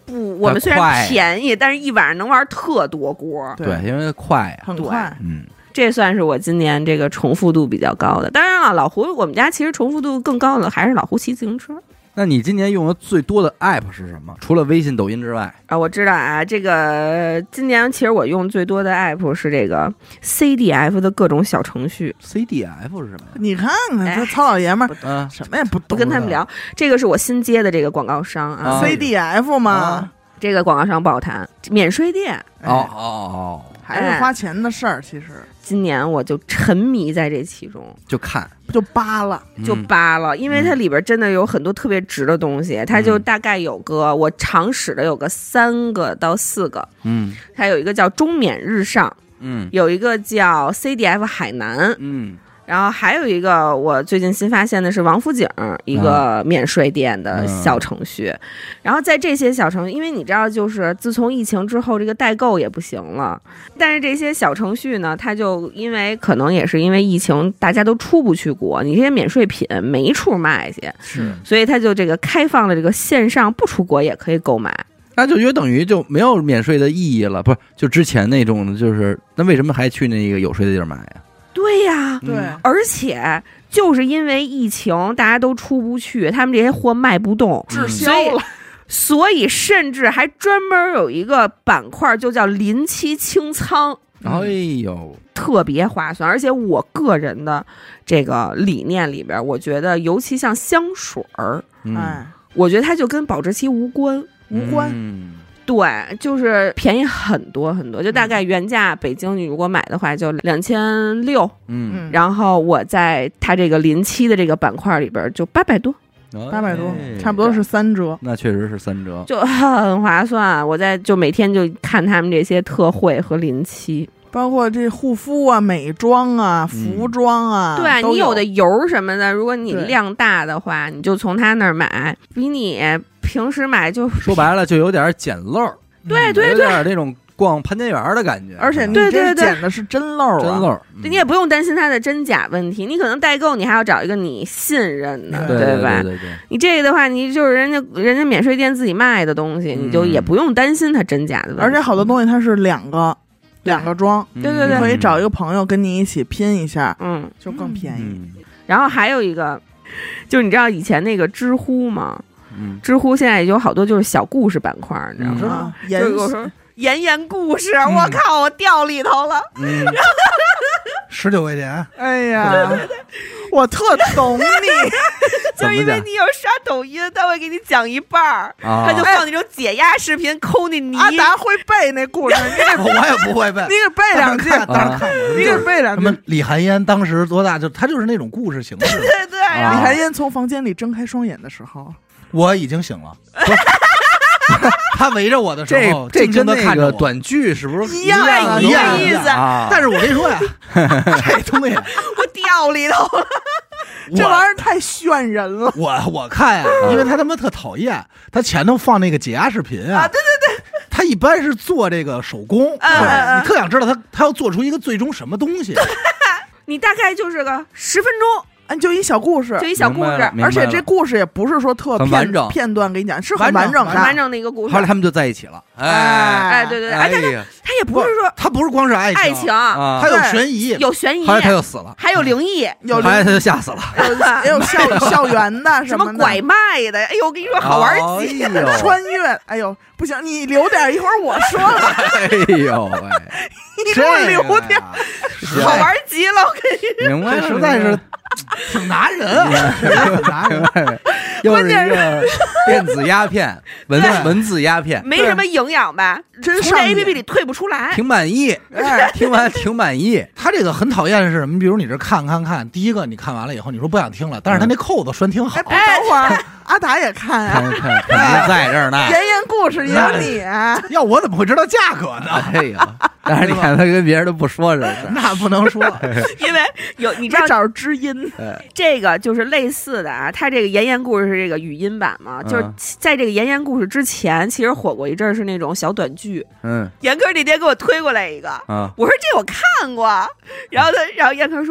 不，我们虽然便宜，但是一晚上能玩特多锅。 对，因为快呀， 很快。 嗯， 这算是我今年这个重复度比较高的。当然了，老胡我们家其实重复度更高的还是老胡骑自行车。 那你今年用的最多的 app 是什么？除了微信、抖音之外啊，我知道啊，这个今年其实我用最多的 app 是这个 C D F 的各种小程序。 C D F 是什么呀？ 你看看这糙老爷们儿， 嗯， 什么也不懂。 不跟他们聊，这个是我新接的这个广告商啊 ，C D F 嘛， 这个广告商不好谈，免税店。 哦哦哦， 还是花钱的事儿。其实今年我就沉迷在这其中， 就看不就扒了， 就扒了，因为它里边真的有很多特别值的东西。它就大概有个我常使的有个三个到四个， 嗯， 它有一个叫中免日上， 嗯， 有一个叫 C D F 海南， 嗯。 然后还有一个我最近新发现的是王府井一个免税店的小程序，嗯、然后在这些小程序，因为你知道，就是自从疫情之后，这个代购也不行了，但是这些小程序呢，它就因为可能也是因为疫情，大家都出不去国，你这些免税品没处卖去， 是， 所以它就这个开放了这个线上不出国也可以购买。 那就约等于就没有免税的意义了，不是？就之前那种的，就是那为什么还去那个有税的地儿买呀？ 对呀， 对， 而且就是因为疫情，大家都出不去，他们这些货卖不动， 滞销了， 所以甚至还专门有一个板块，就叫临期清仓。 哎呦， 特别划算，而且我个人的这个理念里边，我觉得尤其像香水儿， 哎， 我觉得它就跟保质期无关， 无关。 嗯对，就是便宜很多很多，就大概原价北京你如果买的话就两千六， 嗯， 然后我在它这个临期的这个板块里边就八百多， 八百多， 哎、 差不多是三折， 那确实是三折， 就很划算。我在就每天就看他们这些特惠和临期。 包括这护肤啊、美妆啊、服装啊， 嗯、对有你有的油什么的，如果你量大的话，你就从他那儿买，比你平时买就说白了就有点捡漏， 对对对， 有点那种逛潘家园的感觉。 而且你这捡的是真漏、啊， 真漏， 对你也不用担心它的真假问题。你可能代购，你还要找一个你信任的， 对对吧？ 对对对， 你这个的话，你就是人家人家免税店自己卖的东西， 嗯、 你就也不用担心它真假的问题。 而且好多东西它是两个。两个装， 对对对， 可以找一个朋友跟你一起拼一下， 嗯， 就更便宜。 嗯、 然后还有一个，就是你知道以前那个知乎吗？ 嗯， 知乎现在有好多就是小故事板块，你知道吗？ 嗯、 就是我说言言故事，嗯、我靠，我掉里头了。 嗯十九块钱， 哎呀，我特懂你， 就是因为你有刷抖音，他会给你讲一半儿， 啊、 他就放那种解压视频，抠那泥。 阿达会背那故事，你我也不会背， 你给背两句， 当时看过， 你给背两句。 什么李寒烟当时多大？就他就是那种故事形式。 对对对， 啊、 李寒烟从房间里睁开双眼的时候， 我已经醒了。他围着我的时候， 这这跟那个短剧是不是一样一样意思？ 但是我跟你说呀，这东西我掉里头了， 这玩意儿太炫人了。 我我看呀，因为他他妈特讨厌，他前头放那个解压视频啊， 对对对， 他一般是做这个手工，你特想知道他他要做出一个最终什么东西。 你大概就是个十分钟。 就一小故事， 就一小故事， 而且这故事也不是说特完整片段给你讲，是很完整的完整的一个故事。 后来他们就在一起了， 哎哎，对对对，哎呀，他也不是说， 他不是光是爱情， 爱情， 他有悬疑， 有悬疑， 后来他又死了， 还有灵异， 有后来他就吓死了， 也有校校园的什么拐卖的，哎呦，我跟你说好玩极了， 穿越，哎呦，不行，你留点，一会儿我说了， 哎呦喂， 你给我留点， 好玩极了，我跟你说，明白， 实在是。挺拿人啊，挺拿人， 又是一个电子鸦片，文文字鸦片， 没什么营养吧？ 真从这 A P P 里退不出来， 挺满意，听完挺满意。 他这个很讨厌的是什么？比如你这看看看，第一个你看完了以后，你说不想听了，但是他那扣子拴挺好。 哎，等会儿阿达也看啊， 看看在这儿呢。 言言故事也有你， 要我怎么会知道价格呢？ 哎呀，但是你看他跟别人都不说这事， 那不能说， 因为有你知道找知音。 这个就是类似的啊，它这个言言故事是这个语音版嘛，就是在这个言言故事之前，其实火过一阵是那种小短剧。 嗯， 严哥那天给我推过来一个， 啊， 我说这我看过，然后他，然后严哥说，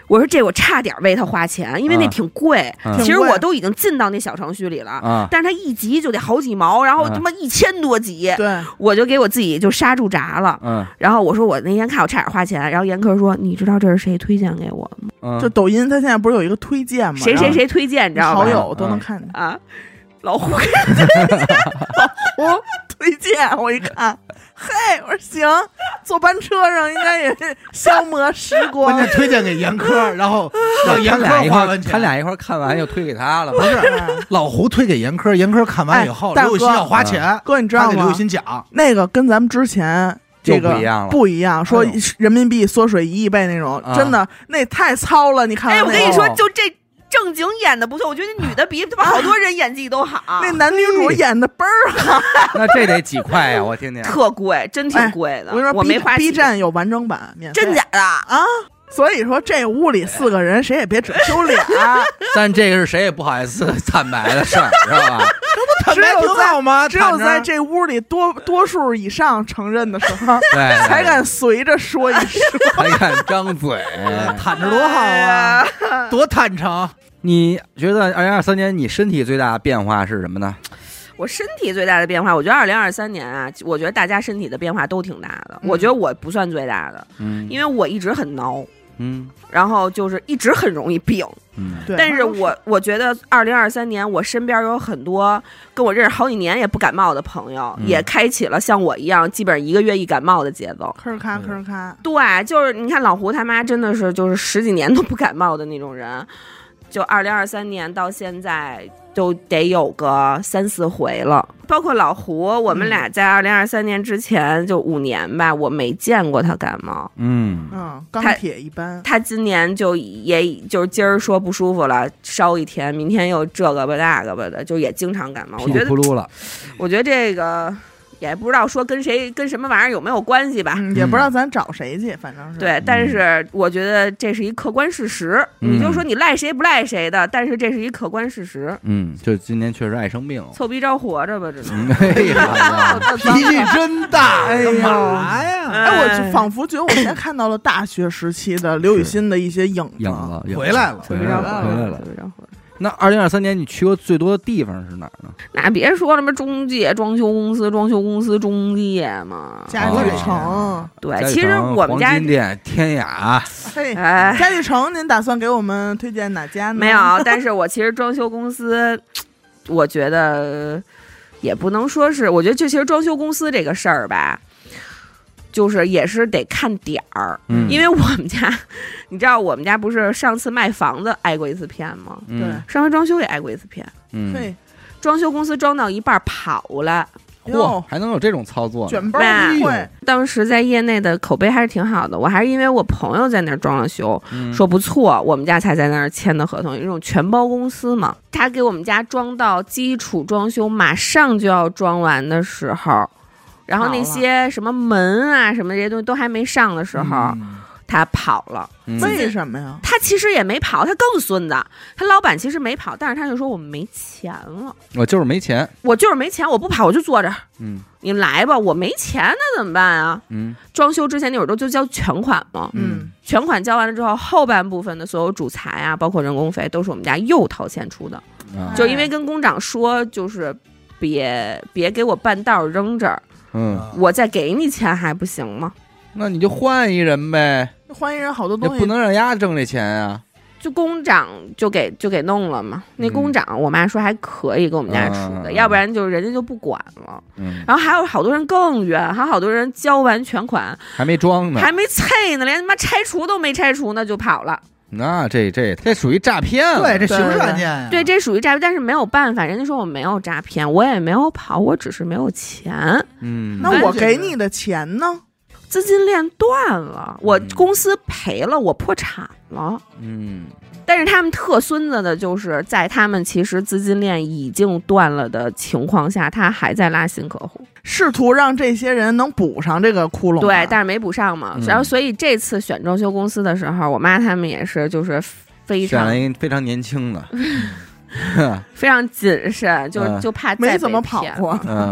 我说这我差点为他花钱，因为那挺贵。 嗯、 其实我都已经进到那小程序里了， 嗯、 但是他一集就得好几毛，然后他妈一千多集， 对， 我就给我自己就刹住闸了。 嗯， 然后我说我那天看我差点花钱，然后严科说你知道这是谁推荐给我的吗？ 嗯、 就抖音它现在不是有一个推荐吗？ 谁谁谁推荐，你知道吧？ 好友都能看见、 嗯、啊。老胡， 老胡推荐，我一看，嘿，我说行，坐班车上应该也是消磨时光。 关键推荐给严科，然后让严科花完钱， 他俩一块看完又推给他了。 不是，老胡推给严科，严科看完以后， 哎、 刘雨欣要花钱， 哥你知道吗？ 给刘雨欣讲那个跟咱们之前。这个不一样了， 不一样。说人民币缩水一亿倍那种， 哎、 真的那太糙了。你看， 哎，我跟你说，就这正经演的不错，我觉得女的比他妈好多人演技都好。 那男女主演的倍儿好。 那这得几块呀？我听听。 特贵，真挺贵的。 哎、我跟你说， 我没花 B 站有完整版，免费。 真假的啊？ 所以说这屋里四个人谁也别只揪脸。 但这个是谁也不好意思坦白的事儿，知道吧？ 这不坦白挺好吗？只有在这这屋里多多数以上承认的时候， 对， 才敢随着说一说， 才敢张嘴， 坦着多好啊，多坦诚。 你觉得二零二三年你身体最大的变化是什么呢？ 我身体最大的变化，我觉得二零二三年啊，我觉得大家身体的变化都挺大的。嗯、我觉得我不算最大的， 嗯， 因为我一直很挠， 嗯， 然后就是一直很容易病， 嗯， 对。 但是我我觉得二零二三年我身边有很多跟我认识好几年也不感冒的朋友， 嗯、 也开启了像我一样基本一个月一感冒的节奏， 吭儿咔吭儿咔。 对，就是你看老胡他妈真的是就是十几年都不感冒的那种人，就二零二三年到现在。都得有个三四回了，包括老胡，我们俩在二零二三年之前就五年吧，我没见过他感冒。 嗯嗯，钢铁一般。 他今年就也就是今儿说不舒服了，烧一天，明天又这个吧那个吧的，就也经常感冒。我觉得扑噜了， 我觉得这个。也不知道说跟谁跟什么玩意儿有没有关系吧、 嗯，也不知道咱找谁去，反正是对。但是我觉得这是一客观事实， 嗯、 你就说你赖谁不赖谁的，但是这是一客观事实。 嗯，就今年确实爱生病了， 凑逼招活着吧，只能。 哎呀， 脾气真大， 哎干嘛呀？ 哎，我就仿佛觉得我现在看到了大学时期的刘雨欣的一些影子， 影子回来了， 回来了，回来了。 了那二零二三年你去过最多的地方是哪儿呢？ 那别说了嘛，中介、装修公司、装修公司中介嘛， 家具城。 对，其实我们家黄金店、天雅， 嘿， 哎， 家具城，您打算给我们推荐哪家呢？ 没有，但是我其实装修公司，我觉得也不能说是，我觉得就其实装修公司这个事儿吧。就是也是得看点儿、 嗯， 因为我们家，你知道我们家不是上次卖房子挨过一次骗吗？ 嗯、 对， 上回装修也挨过一次骗。 嗯， 对， 装修公司装到一半跑了， 嚯，还能有这种操作？ 卷包会。 当时在业内的口碑还是挺好的，我还是因为我朋友在那儿装了修、 嗯， 说不错，我们家才在那儿签的合同，有一种全包公司嘛。他给我们家装到基础装修马上就要装完的时候。然后那些什么门啊什么这些东西都还没上的时候、嗯、他跑了、 嗯、 为什么呀？ 他其实也没跑，他更孙子，他老板其实没跑，但是他就说我们没钱了， 我就是没钱， 我就是没钱，我不跑我就坐着， 嗯， 你来吧，我没钱那怎么办啊？ 嗯， 装修之前那会儿都就交全款嘛， 嗯， 全款交完了之后，后半部分的所有主材啊，包括人工费都是我们家又掏钱出的、 啊、 就因为跟工长说就是别别给我半道扔这儿， 嗯， 我再给你钱还不行吗？ 那你就换一人呗， 换一人好多东西， 也不能让丫挣这钱啊。 就工长就给就给弄了嘛。那工长、嗯、我妈说还可以给我们家出的、嗯，要不然就人家就不管了。 嗯， 然后还有好多人更冤，还有好多人交完全款还没装呢， 还没拆呢，连他妈拆除都没拆除呢就跑了。 那这这这属于诈骗了， 对，这刑事案件呀、啊。 对，这属于诈骗，但是没有办法，人家说我没有诈骗，我也没有跑，我只是没有钱。 嗯， 那我给你的钱呢？ 资金链断了，我公司赔了，我破产了。 嗯， 但是他们特孙子的就是在他们其实资金链已经断了的情况下，他还在拉新客户， 试图让这些人能补上这个窟窿。 对，但是没补上嘛。 嗯、 然后所以这次选装修公司的时候，我妈他们也是就是非常选了一个非常年轻的， 非常谨慎，就、嗯、就怕再没怎么跑过。 嗯。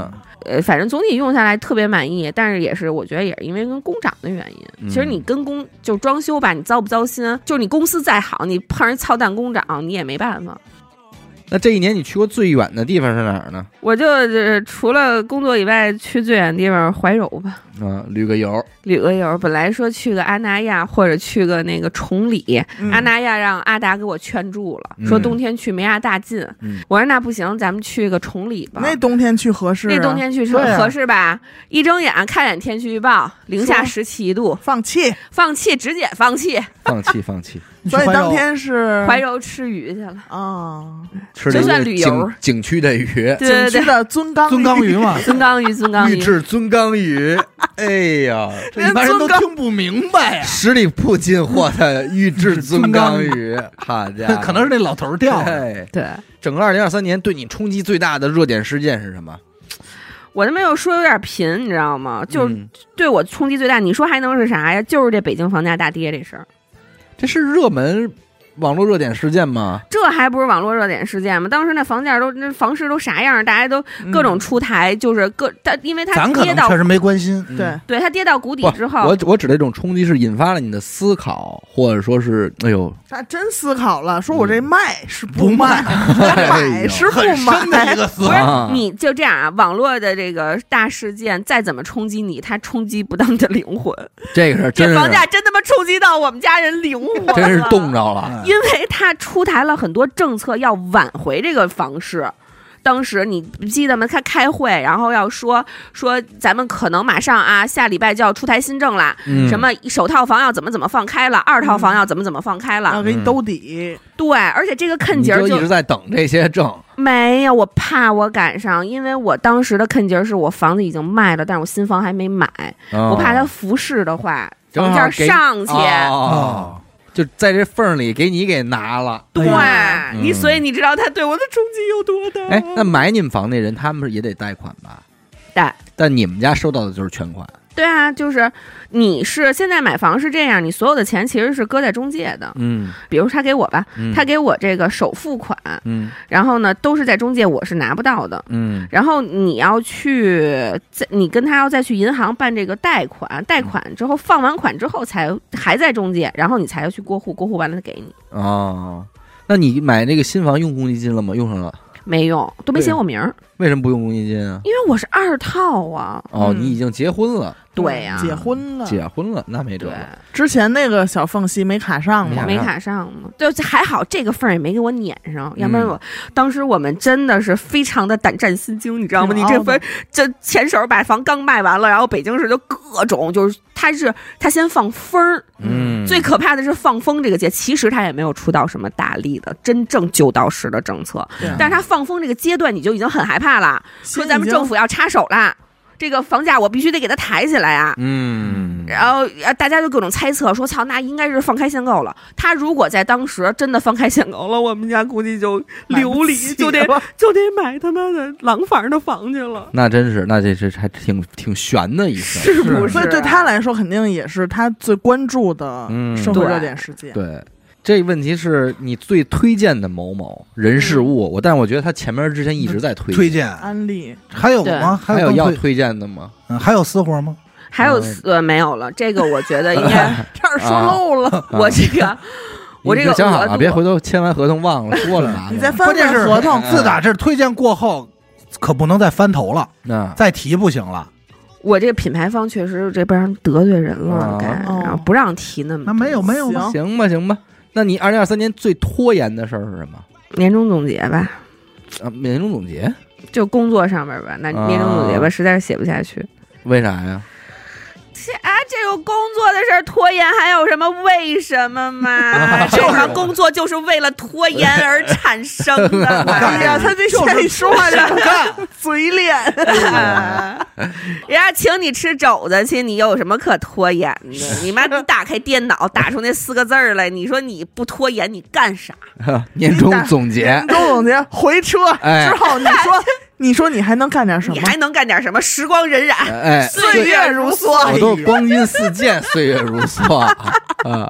呃，反正总体用下来特别满意，但是也是我觉得也是因为跟工长的原因。 嗯、 其实你跟工就装修吧，你糟不糟心？就是你公司再好，你碰上操蛋工长，你也没办法。 那这一年你去过最远的地方是哪儿呢？ 我就、呃、除了工作以外，去最远的地方怀柔吧。 啊，旅个游， 旅个游。本来说去个阿那亚或者去个那个崇礼， 嗯、 阿那亚让阿达给我劝住了，嗯、说冬天去没啥大劲。 嗯、 我说那不行，咱们去个崇礼吧。 那冬天去合适、啊？ 那冬天去合适吧？啊、一睁眼看见天气预报，零下十七度， 放弃， 放弃，直接放弃， 放弃，放弃。 所以当天是怀柔吃鱼去了啊，哦、 吃就算旅游景区的鱼， 对对对， 景区的尊缸尊缸鱼嘛， 尊缸鱼，尊缸鱼， 预制尊缸鱼。哎呀， 这一般人都听不明白呀！ 十里铺进货的预制尊缸鱼，好家伙， 可能是那老头钓的。 对， 整个二零二三年对你冲击最大的热点事件是什么？ 我他妈又说有点贫，你知道吗？就对我冲击最大，你说还能是啥呀？就是这北京房价大跌这事儿。 这是热门网络热点事件吗？ 这还不是网络热点事件吗？当时那房价都那房市都啥样，大家都各种出台，嗯、就是各它因为它咱可能确实没关心， 对、 嗯、对，它跌到谷底之后， 我我指的这种冲击是引发了你的思考，或者说是哎呦， 他真思考了，说我这卖是不卖，嗯、买是不买， 一个思考。你就这样啊，网络的这个大事件再怎么冲击你，它冲击不到你的灵魂。 这个是真是， 这房价真他妈冲击到我们家人灵魂了， 真是冻着了。 因为它出台了很多政策要挽回这个房市。当时你记得吗？他开会，然后要说说咱们可能马上啊，下礼拜就要出台新政了，嗯、什么首套房要怎么怎么放开了，二套房要怎么怎么放开了， 要给你兜底。 对，而且这个坑节就一直在等这些证。 没有，我怕我赶上，因为我当时的坑节是我房子已经卖了，但是我新房还没买， 哦、 我怕它复市的话，房价上去。 哦就在这缝里给你给拿了， 对、 哎你，所以你知道他对我的冲击有多大？ 哎，那买你们房那人他们也得贷款吧？ 贷， 但你们家收到的就是全款。 对啊，就是你是现在买房是这样，你所有的钱其实是搁在中介的， 嗯， 比如他给我吧， 嗯、 他给我这个首付款， 嗯， 然后呢都是在中介，我是拿不到的， 嗯， 然后你要去，你跟他要再去银行办这个贷款，贷款之后放完款之后才还在中介，然后你才要去过户，过户完了给你。 哦，那你买那个新房用公积金了吗？用上了。 没用，都没写我名儿。 为什么不用公积金啊？ 因为我是二套啊。 哦，嗯、你已经结婚了。 对呀、啊， 结婚了， 结婚了，那没辙了。 之前那个小缝隙没卡上吗？ 没卡上嘛，就还好这个缝儿也没给我撵上，要不然我、嗯、当时我们真的是非常的胆战心惊，你知道吗？你这份这前手把房刚卖完了，然后北京市就各种就是他是他先放风儿， 嗯， 最可怕的是放风这个阶，其实他也没有出到什么大力的真正救到实的政策，但是他放风这个阶段你就已经很害怕了，说咱们政府要插手啦。这个房价我必须得给它抬起来啊！ 嗯， 然后大家就各种猜测说，操，那应该是放开限购了。他如果在当时真的放开限购了，我们家估计就流离，就得就得买他妈的廊坊的房去了。 那真是，那这是还挺挺悬的一事， 是不是？ 所以对他来说，肯定也是他最关注的社会热点事件。 嗯、对。对这问题是你最推荐的某某人事物，我、嗯、但我觉得他前面之前一直在推荐推荐安利， 还有吗？ 还有要推荐的吗？ 嗯，还有私活吗？ 还有呃没有了，这个我觉得应该差点说漏了。 啊、 我这个我这个想好了，别回头签完合同忘了说了啥。 你再翻翻合同， 自打这推荐过后，可不能再翻头了， 嗯、 再提不行了。 我这个品牌方确实这边得罪人了，该、 哦、 然后不让提那么。 那没有没有吗？ 行吧行吧。那你二零二三年最拖延的事儿是什么？ 年终总结吧。 啊，年终总结就工作上面吧。那年终总结吧，啊、实在是写不下去。 为啥呀？ 这啊，这个工作的事儿拖延还有什么为什么嘛？这场工作就是为了拖延而产生的。 哎呀，他这就是说话这个嘴脸。 人家请你吃肘子去，你有什么可拖延的？你妈，你打开电脑打出那四个字儿来，你说你不拖延，你干啥？ 年终总结， 年终总结回车之后，你说。你说你还能干点什么？ 你还能干点什么？时光荏苒， 哎， 岁月如梭， 我都光阴似箭，岁月如梭啊！这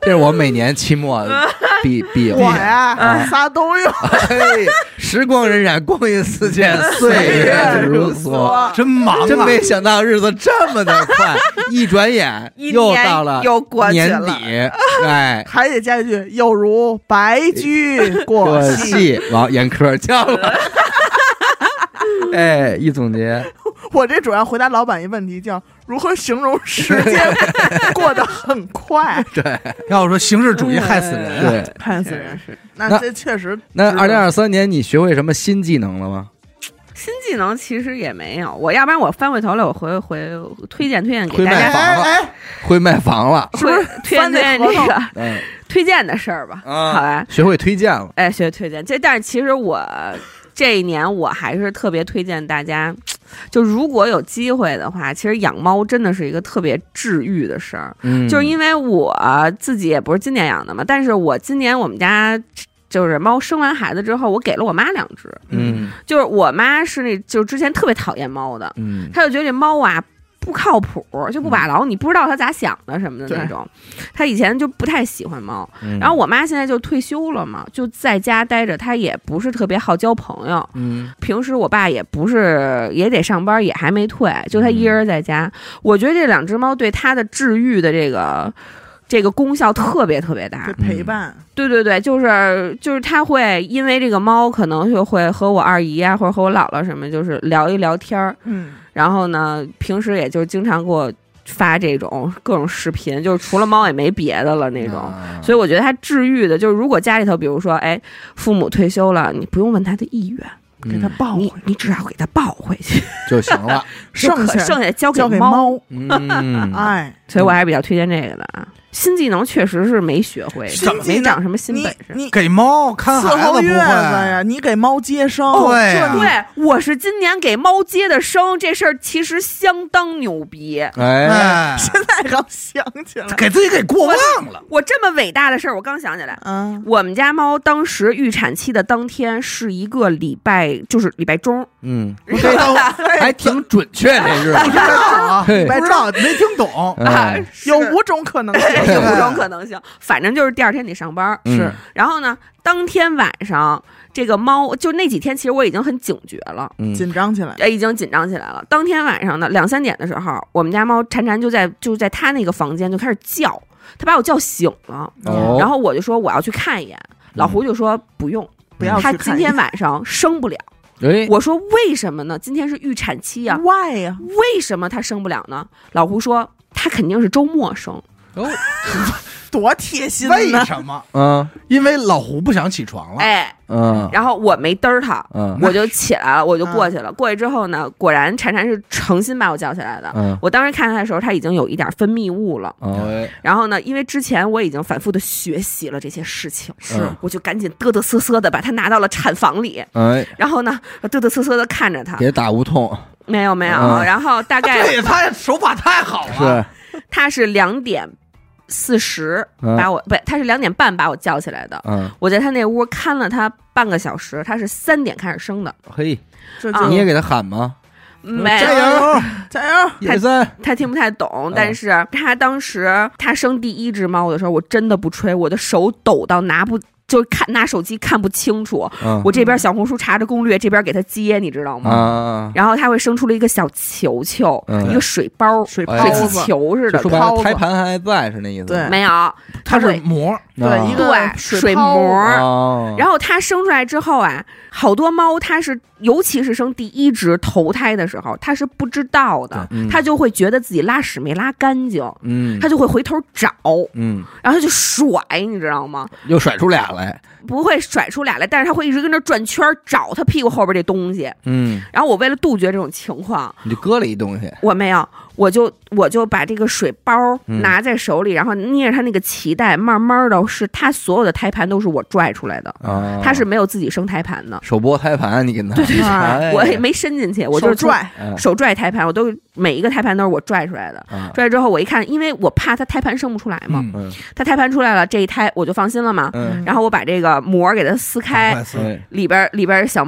这是我每年期末毕毕业。 我呀，仨都有。 嘿，时光荏苒，光阴似箭，岁月如梭。 真忙啊！ 真没想到日子这么的快，一转眼又到了又过去年了底，哎， 还得加一句，有如白驹过过隙。 戏往眼科叫了。哎，一总结， 我这主要回答老板一问题，叫如何形容时间过得很快， 对要说形式主义害死人啊！ 对。 害死人。那那这确实。 那二零二三年你学会什么新技能了吗？ 新技能其实也没有，我要不然我翻回头来，我回回推荐推荐给会大家， 卖房了， 哎会卖房了， 是不是推荐推荐这个嗯， 推荐的事儿吧？ 啊好吧， 学会推荐了， 哎，学推荐这，但是其实我这一年我还是特别推荐大家，就如果有机会的话，其实养猫真的是一个特别治愈的事儿。 嗯， 就是因为我自己也不是今年养的嘛，但是我今年我们家就是猫生完孩子之后，我给了我妈两只。 嗯就是我妈是那，就之前特别讨厌猫的， 嗯她就觉得这猫啊不靠谱，就不把牢，你不知道它咋想的什么的那种。她以前就不太喜欢猫， 嗯， 然后我妈现在就退休了嘛，就在家待着，她也不是特别好交朋友。 嗯平时我爸也不是也得上班，也还没退，就他一人在家。我觉得这两只猫对他的治愈的这个这个功效特别特别大这。陪伴， 对对对，就是就是他会因为这个猫，可能就会和我二姨啊，或者和我姥姥什么，就是聊一聊天儿。 嗯， 然后呢，平时也就经常给我发这种各种视频，就是除了猫也没别的了那种。 啊所以我觉得它治愈的，就是如果家里头，比如说，哎，父母退休了，你不用问他的意愿， 给他抱回你你只要给他抱回去， 就行了， 就可剩下剩下交交给猫。 猫。 嗯， 哎， 所以我还是比较推荐这个的啊。新技能确实是没学会， 新技能没长什么新你本事。 你给猫看伺孩子不候月子会呀，你给猫接生， 对呀这你对，我是今年给猫接的生，这事儿其实相当牛逼。 哎， 哎， 现在刚想起来。 给自己给过忘了。 我这么伟大的事儿，我刚想起来。 嗯， 我们家猫当时预产期的当天是一个礼拜，就是礼拜中， 嗯， 这还挺准确这日不知子， 道啊， 嘿不知道，没听懂。 哎有五种可能性， 有五种可能性，反正就是第二天得上班。 嗯是然后呢，当天晚上这个猫就那几天，其实我已经很警觉了。 嗯紧张起来。 呃，已经紧张起来了。当天晚上呢，两三点的时候，我们家猫婵婵就在就在它那个房间就开始叫，它把我叫醒了。 哦， 然后我就说我要去看一眼，老胡就说不用， 不要它今去看一眼天晚上生不了。 哎， 我说为什么呢？今天是预产期呀、 Why 呀？ 为什么它生不了呢？老胡说它肯定是周末生。 哦， 多贴心为呢！ 什么？ 嗯因为老胡不想起床了。 哎， 嗯然后我没嘚儿它， 嗯我就起来了，我就过去了。过去之后呢，果然婵婵是诚心把我叫起来的。 嗯， 我当时看它的时候，它已经有一点分泌物了。 哦，哎然后呢，因为之前我已经反复的学习了这些事情， 是我就赶紧嘚嘚瑟瑟的把它拿到了产房里， 哎， 然后呢，嘚嘚瑟瑟的看着它， 给打无痛， 没有没有， 嗯然后大概这他手法太好了。 是， 它是两点四十嗯把我不，它是两点半把我叫起来的。 嗯， 我在他那屋看了他半个小时，他是三点开始生的， 嘿， 啊这就你也给他喊吗？ 没加油， 加油！ 野三， 他听不太懂，但是他当时他生第一只猫的时候，我真的不吹，我的手抖到拿不就看拿手机看不清楚， 嗯我这边小红书查着攻略，这边给他接，你知道吗？ 啊， 然后它会生出了一个小球球， 嗯一个水包， 水泡水气子球似的就说，白了， 泡子胎盘还在是那意思， 对没有， 它是会膜， 对一个对水水泡膜。 哦， 然后它生出来之后啊，好多猫它是，尤其是生第一只头胎的时候，它是不知道的， 嗯它就会觉得自己拉屎没拉干净， 嗯， 它就会回头找， 嗯， 然后它就甩，你知道吗？ 又甩出俩来， 不会甩出俩来，但是它会一直跟那转圈儿找它屁股后边这东西。 嗯， 然后我为了杜绝这种情况， 你就搁了一东西， 我没有，我就我就把这个水包嗯拿在手里，然后捏着它那个脐带，慢慢的，是它所有的胎盘都是我拽出来的， 啊， 它是没有自己生胎盘的， 手拨胎盘，你给他，对对哎我也没伸进去，我就是从手拽， 嗯手拽胎盘，我都每一个胎盘都是我拽出来的。 啊， 拽之后我一看，因为我怕它胎盘生不出来嘛， 嗯， 嗯它胎盘出来了，这一胎我就放心了嘛。 嗯， 然后我把这个膜给它撕开， 快死哎， 里边里边小猫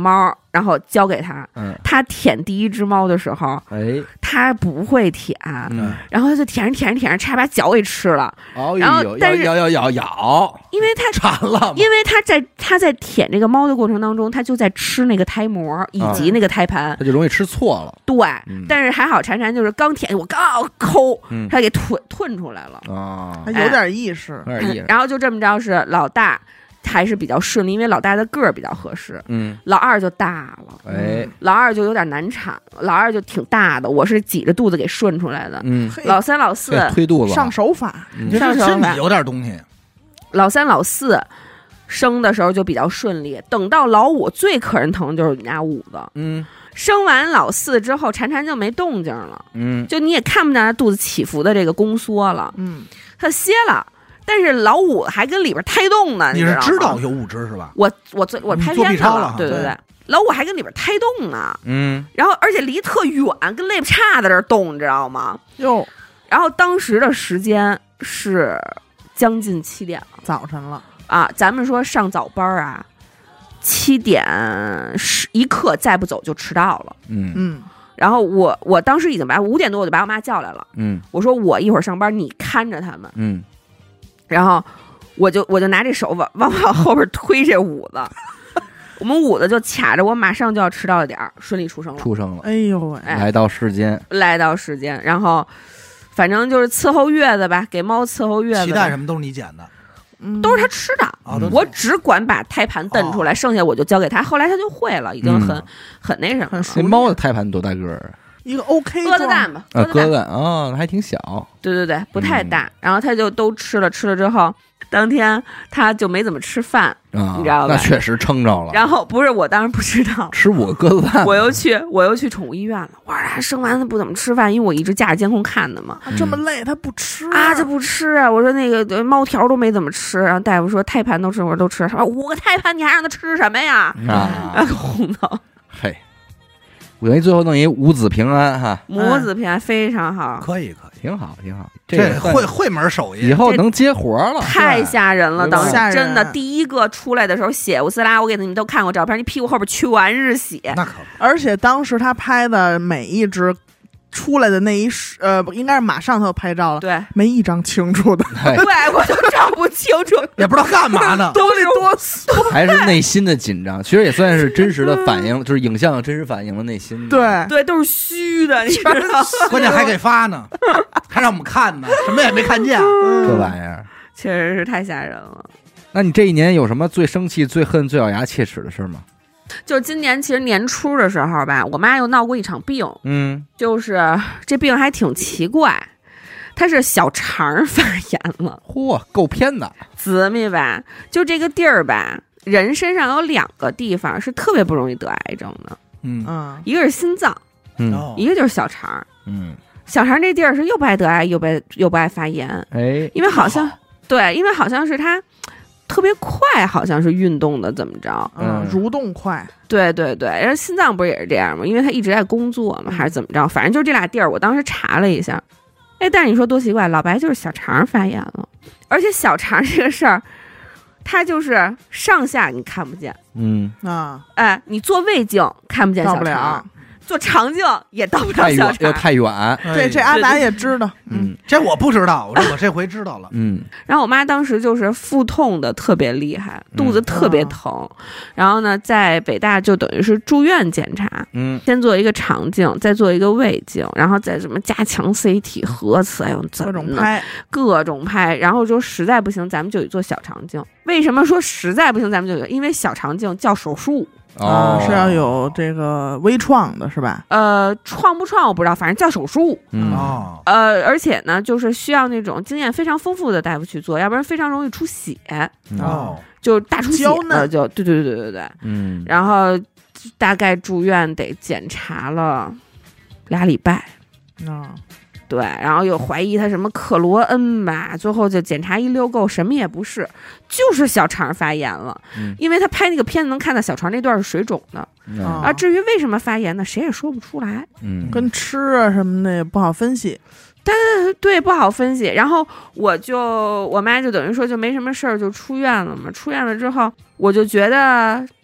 然后交给他。 嗯， 他舔第一只猫的时候， 哎， 他不会舔， 嗯， 然后他就舔着舔着舔着，差点把脚给吃了。 哦然后呦， 但是咬咬咬咬， 因为他馋了， 因为他在他在舔这个猫的过程当中，他就在吃那个胎膜以及那个胎盘， 它就容易吃错了。 对。 嗯但是还好，婵婵就是刚舔，我刚要抠， 嗯他给吞吞出来了。 啊， 还有点意识， 有点意思。 然后就这么着是老大还是比较顺利，因为老大的个儿比较合适。 嗯， 老二就大了， 哎， 老二就有点难产，老二就挺大的，我是挤着肚子给顺出来的。 嗯， 嘿老三老四对推肚子上手法， 嗯这上手法是你有点东西， 老三老四生的时候就比较顺利，等到老五最可人疼就是我们家五子， 嗯生完老四之后，婵婵就没动静了， 嗯， 就你也看不见她肚子起伏的这个宫缩了， 嗯， 她歇了，但是老五还跟里边胎动呢， 你知吗是知道有五只是吧？ 我我做我拍你做片 B 子超了对对对，老五还跟里边胎动呢， 嗯， 然后而且离特远，跟肋巴叉在这儿动，你知道吗？ 哟， 然后当时的时间是将近七点了早晨了， 啊，咱们说上早班啊，七点十一刻再不走就迟到了。 嗯嗯， 然后我我当时已经把五点多我就把我妈叫来了， 嗯我说我一会儿上班，你看着他们。 嗯， 然后我就我就拿这手往往往后边推这五子，我们五子就卡着我马上就要迟到的点儿，顺利出生了， 出生了， 哎呦喂， 哎来到世间， 来到时间，然后反正就是伺候月子吧，给猫伺候月子吧， 脐带什么都是你剪的嗯都是他吃的。 啊，都是我只管把胎盘蹬出来，剩下我就交给他。后来他就会了，已经很、 嗯很那什么了。 很熟这猫的胎盘多大个儿一个 OK 鸽子状蛋吧， 啊？ 鸽子蛋， 鸽蛋啊，还挺小。 对对对，不太大。 嗯然后他就都吃了，吃了之后，当天他就没怎么吃饭， 啊， 你知道吧那确实撑着了。 然后不是我当然不知道。 吃五个鸽子蛋， 我又去，我又去宠物医院了。我说他生完他不怎么吃饭，因为我一直架着监控看的嘛。 啊这么累他不吃啊，这不吃啊！我说那个呃猫条都没怎么吃，然后大夫说胎盘都吃，我说都吃。他说五个胎盘你还让他吃什么呀？ 啊， 然后哄到嘿，我等于最后弄一五子平安哈， 母子平安非常好， 可以可以， 挺好挺好。 这个算会会门手艺以，后能接活了。 太吓人了！ 对当时吓人真的第一个出来的时候血不丝拉，我给你们都看过照片，你屁股后边全是血。 那可不而且当时他拍的每一只出来的那一时呃，应该是马上他就拍照了， 对没一张清楚的， 哎对，我就找不清楚， 也不知道干嘛呢。 都是多缩， 还是内心的紧张，其实也算是真实的反映，就是影像真实反映了内心。， 对， 对，都是虚的，你知道吗？ 关键还给发呢，还让我们看呢，什么也没看见。 这玩意儿。 确实是太吓人了。 那你这一年有什么最生气、最恨、最咬牙切齿的事吗？ 就是今年其实年初的时候吧，我妈又闹过一场病， 嗯， 就是这病还挺奇怪，她是小肠发炎了， 嚯，够偏的。 紫密吧，就这个地儿吧，人身上有两个地方是特别不容易得癌症的， 嗯嗯， 一个是心脏， 嗯哦一个就是小肠。 嗯， 小肠这地儿是又不爱得癌，又不爱又不爱发炎， 哎， 因为好像对，因为好像是它特别快，好像是运动的怎么着？ 嗯嗯， 蠕动快， 对对对，然后心脏不是也是这样吗？因为他一直在工作嘛，还是怎么着？反正就这俩地儿，我当时查了一下，哎，但是你说多奇怪，老白就是小肠发炎了，而且小肠这个事儿，它就是上下你看不见， 嗯， 啊， 哎，你做胃镜看不见到小肠不了，， 做肠镜也到不了太远又小肠。 太远。 这这阿达也知道， 嗯这我不知道，我这我这回知道了。 嗯然后我妈当时就是腹痛的特别厉害，肚子特别疼，然后呢，在北大就等于是住院检查， 嗯， 先做一个肠镜，再做一个胃镜，然后再什么加强 C T 核磁，哎呦，怎各么呢种拍， 各种拍，然后说实在不行，咱们就得做小肠镜。为什么说实在不行，咱们就得？因为小肠镜叫手术， 啊， 哦， 是要有这个微创的是吧？ 呃，创不创我不知道，反正叫手术。 嗯哦， 呃，而且呢，就是需要那种经验非常丰富的大夫去做，要不然非常容易出血， 嗯哦， 就大出血娇嫩了，就对对对对对对。 嗯， 然后大概住院得检查了俩礼拜。 啊， 对，然后又怀疑他什么克罗恩吧，最后就检查一溜够，什么也不是，就是小肠发炎了。 嗯因为他拍那个片子能看到小肠那段是水肿的、 嗯啊啊。至于为什么发炎呢，谁也说不出来， 嗯， 跟吃啊什么的也不好分析， 对，不好分析。然后我就我妈就等于说就没什么事儿就出院了嘛。出院了之后，我就觉得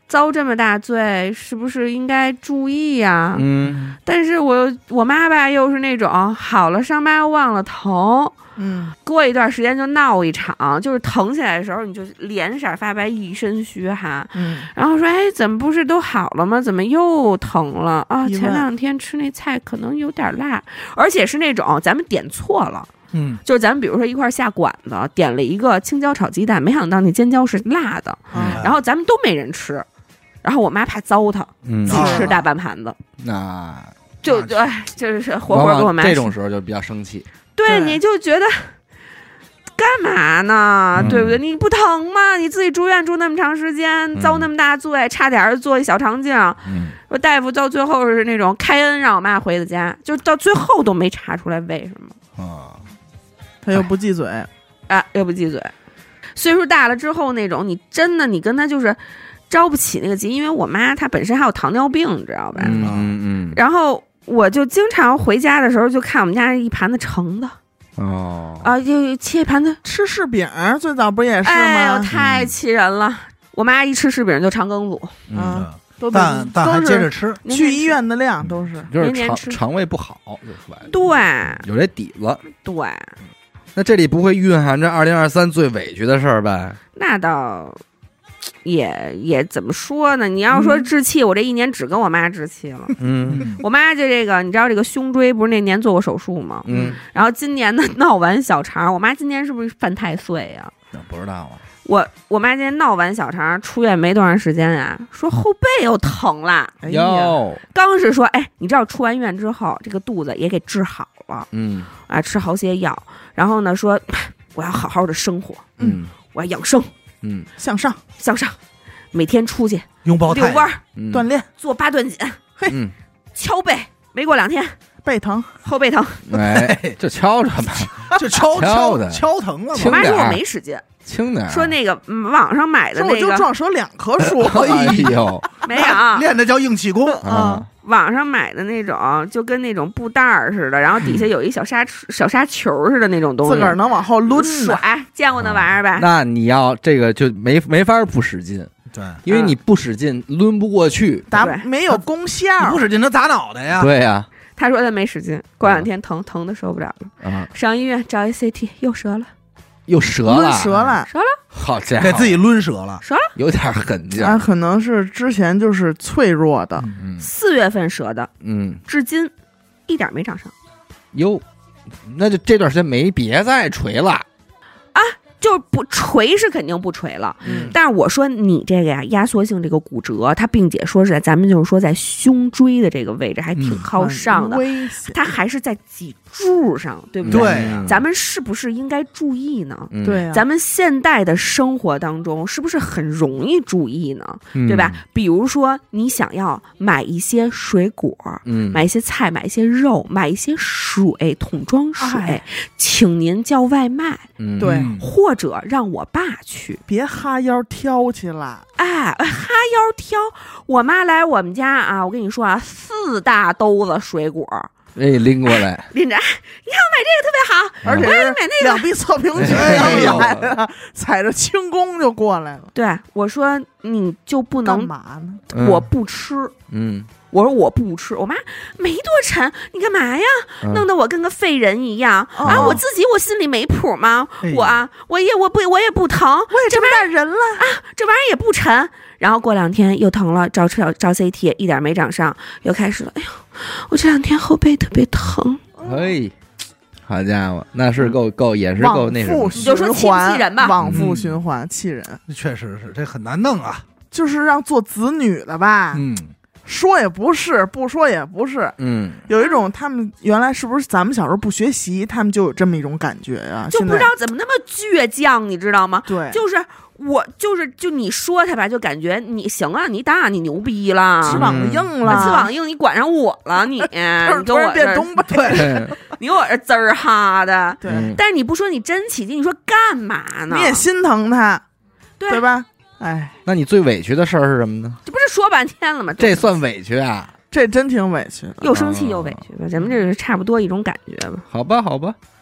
遭这么大罪，是不是应该注意呀？ 嗯， 但是我我妈吧，又是那种好了伤疤忘了疼， 嗯， 过一段时间就闹一场，就是疼起来的时候，你就脸色发白，一身虚汗。 嗯， 然后说，哎，怎么不是都好了吗？怎么又疼了啊？ 意外前两天吃那菜可能有点辣，而且是那种咱们点错了。 嗯， 就是咱们比如说一块下馆子，点了一个青椒炒鸡蛋，没想到那尖椒是辣的， 嗯然后咱们都没人吃，然后我妈怕糟蹋， 嗯自己吃大半盘子， 那就那哎，就是活往往活给我妈吃这种时候就比较生气。 对， 对你就觉得干嘛呢？ 嗯对不对？你不疼吗？你自己住院住那么长时间， 嗯遭那么大罪，差点儿做一小肠镜。 嗯， 说大夫到最后是那种开恩让我妈回的家，就到最后都没查出来为什么啊， 他又不忌嘴， 啊，又不忌嘴。岁数大了之后那种，你真的你跟他就是着不起那个急，因为我妈她本身还有糖尿病，你知道吧？ 嗯嗯嗯， 然后我就经常回家的时候就看我们家一盘子橙子哦， 啊，就切一盘子。 吃柿饼最早不也是哎呦， 吗？ 太气人了！我妈一吃柿饼就肠梗阻， 嗯， 嗯，都得但但还都是接着吃， 去医院的量都是。 就是年年吃肠肠胃不好，就说白了， 对有这底子。 对， 那这里不会蕴含着二零二三最委屈的事儿吧？ 那倒也也怎么说呢？你要说置气，我这一年只跟我妈置气了。 嗯嗯我妈就这个，你知道这个胸椎不是那年做过手术吗？ 嗯， 然后今年呢闹完小肠，我妈今年是不是犯太岁呀、 那不知道啊。 我我妈今天闹完小肠出院没多长时间啊，说后背又疼了。 哎呀， 哟， 刚是说，哎，你知道出完院之后，这个肚子也给治好了嗯啊，吃好些药。然后呢，说我要好好的生活， 嗯我要养生嗯向上向上，每天出去拥抱太阳， 遛弯儿、 嗯， 锻炼， 做八段锦、 嗯， 敲背。没过两天背疼， 后背疼， 哎，就敲着吧， 就敲敲敲的敲疼了轻嘛。 我妈说我点儿没使劲， 轻点儿。 说那个嗯网上买的说我就那个撞折两棵树。 哎呦没有， 练的叫硬气功， 啊， 网上买的那种就跟那种布袋儿似的，然后底下有一小沙小沙球似的那种东西， 自个儿能往后抡甩的，， 见过那玩意儿吧？ 那你要这个就没没法不使劲， 对， 因为你不使劲抡不过去。 达对没有功效。 你不使劲能砸脑袋呀。 对呀， 他说他没使劲，过两天疼疼的受不了了， 啊， 上医院照一 C T 又折了， 又折了， 抡折了， 折了， 好家伙， 给自己抡折了。 折了， 有点狠劲啊， 儿。 可能是之前就是脆弱的， 嗯四月份折的， 嗯， 至今一点没长上， 哟，那就这段时间没别再锤了。 就不锤是肯定不锤了。 嗯， 但是我说你这个呀，压缩性这个骨折，它并且说是在咱们就是说在胸椎的这个位置还挺靠上的， 很危险。 它还是在脊柱上，对不对嗯咱们是不是应该注意呢？ 嗯对啊， 咱们现代的生活当中，是不是很容易注意呢？ 嗯对吧？比如说，你想要买一些水果， 嗯， 买一些菜，买一些肉，买一些水，桶装水， 哎请您叫外卖， 嗯对嗯或者让我爸去。 别哈腰挑起来， 哎，哈腰挑，我妈来我们家啊，我跟你说啊，四大兜子水果哎拎过来， 拎着，哎你看我买这个特别好， 而且是我要买那个。 两臂测评拳哎呦来了，踩着轻功就过来了， 对，我说你就不干能， 嘛呢？ 嗯我不吃。 嗯， 我说我不吃，我妈没多沉，你干嘛呀？ 嗯弄得我跟个废人一样、 哦啊！我自己我心里没谱吗？ 哎我啊，我也我不我也不疼， 我也这么大人了， 这玩意儿也不沉。然后过两天又疼了，照照照 C T 一点没长上，又开始了。哎呦，我这两天后背特别疼。 哎，好家伙，那是够够也是够往那什么复， 你就说气不循环气人吧往复嗯循环，气人。 确实是这很难弄啊。 就是让做子女的吧， 嗯， 说也不是，不说也不是， 嗯， 有一种他们原来是不是咱们小时候不学习，他们就有这么一种感觉呀、 就不知现在道怎么那么倔强，你知道吗？ 对， 就是我就是就你说他吧，就感觉你行啊，你大你牛逼了， 翅膀硬了， 翅膀硬，你管上我了，你你跟突然我这变东北， 对， 你跟我这滋儿哈的。 对， 嗯但是你不说你真起劲，你说干嘛呢？ 你也心疼他， 对对吧？哎， 那你最委屈的事儿是什么呢？ 这不是说半天了吗？ 这算委屈啊？ 这真挺委屈的。 又生气又委屈吧，咱们这是差不多一种感觉吧。 好吧，好吧，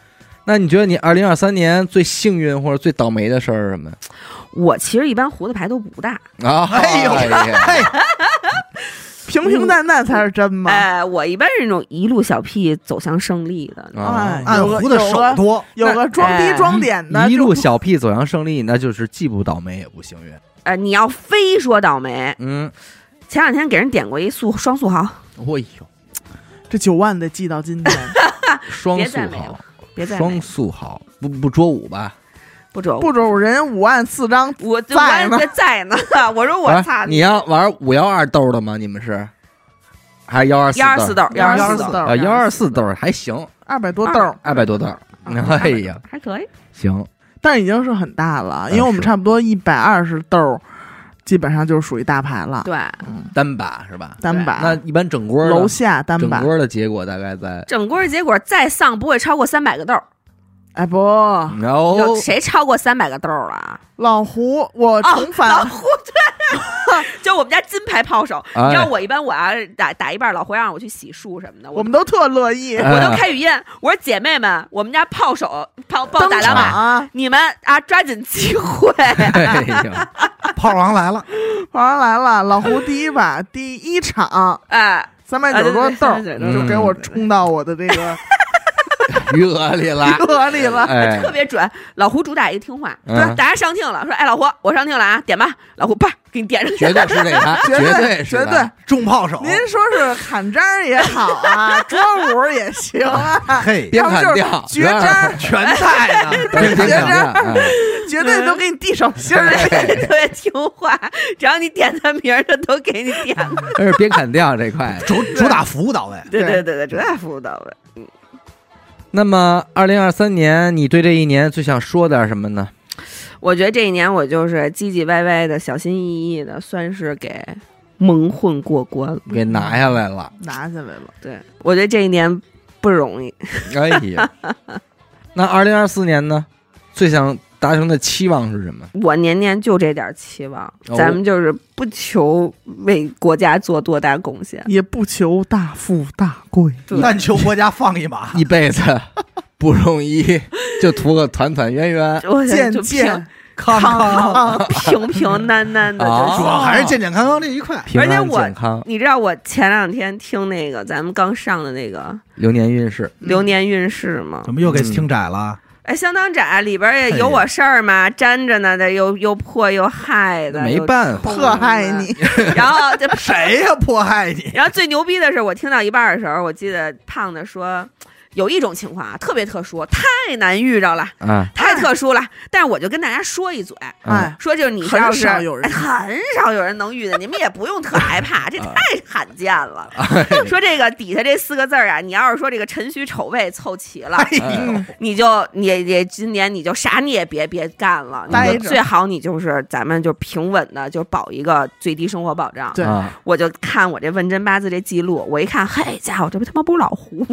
那你觉得你二零二三年最幸运或者最倒霉的事儿是什么？ 我其实一般胡子牌都不大， 啊， 哎呦，哎， 平平淡淡才是真嘛。 哎，我一般是那种一路小屁走向胜利的。 啊哎， 按有个胡的手有个多， 有个装哎逼装点的， 一就路小屁走向胜利，那就是既不倒霉也不幸运。 呃，你要非说倒霉， 嗯， 前两天给人点过一速双速豪， 哎呦， 这九万得记到今天。 双速别再没了好， 别再双速好，不不捉五吧？ 不准不准人五万四张， 我就在呢完全在呢。我说我啊操， 你要玩五幺二豆的吗？你们是还是幺二四幺二四豆， 幺二四豆， 二四豆啊？幺二四豆还行， 二百多豆， 二百多豆。哎呀， 还可以。 行， 但已经是很大了， 嗯因为我们是差不多一百二十豆，基本上就是属于大牌了。 对， 单把是吧？ 单把， 那一般整锅的楼下单把， 整锅的结果大概在， 整锅结果再丧不会超过三百个豆。 哎不， 然后有谁超过三百个豆啊？ 老胡，我重返老胡对，就我们家金牌炮手。 哎你知道我一般我要打打一半，老胡让我去洗漱什么的，我我们都特乐意。 哎我都开语音，我说姐妹们，我们家炮手炮炮登场打两百， 啊！ 你们啊抓紧机会。 哎呀， 炮王来了， 跑上来了，老胡第一把第一场哎， 三百九十多豆啊对对对对就给我冲到我的这个余额里了， 河里了。 哎特，别准。老胡主打一听话， 嗯说大家上听了，说哎老胡我上听了啊，点吧。老胡啪给你点上去绝对是这他， 绝对对绝是他对， 重炮手， 您说是砍渣儿也好啊，捉舞也行啊， 嘿， 边要不就是砍掉， 绝渣儿全在呢， 边边砍掉，哎绝对都给你递手心儿。 特别听话，只要你点他名儿，他都给你点的。 这是边砍掉这块。 主主打服务到位， 对对对对，主打服务到位。 那么，二零二三年，你对这一年最想说点什么呢？ 我觉得这一年我就是唧唧歪歪的、小心翼翼的，算是给蒙混过关了。 给拿下来了。 拿下来了， 对，我觉得这一年不容易。 哎呀，那二零二四年呢？最想达成的期望是什么？ 我年年就这点期望， 哦咱们就是不求为国家做多大贡献。 也不求大富大贵。 对但求国家放一马， 一辈子不容易，就图个团团圆圆。 我健就平健康康， 平平淡淡的就哦是。 主要还是健健康康这一块。 平安而且我健康， 你知道我前两天听那个咱们刚上的那个流年运势。 流年运势吗？ 怎么又给听窄了？ 哎，相当窄，里边也有我事儿嘛，粘着呢的，又又破又害的， 没办法又迫害你， 然后这谁呀迫害你？ 然后最牛逼的是，我听到一半的时候，我记得胖子说，有一种情况啊，特别特殊，太难遇着了， 啊， 太特殊了。但是我就跟大家说一嘴， 哎， 说就是你很要是少有人哎很少有人能遇见，你们也不用特害怕，这太罕见了。说这个底下这四个字儿啊，你要是说这个辰戌丑未凑齐了， 哎你就你也今年你就啥你也别别干了， 待着你就最好你就是咱们就平稳的就保一个最低生活保障。 对啊， 我就看我这问真八字这记录，我一看，嘿家伙，这不他妈不是老胡？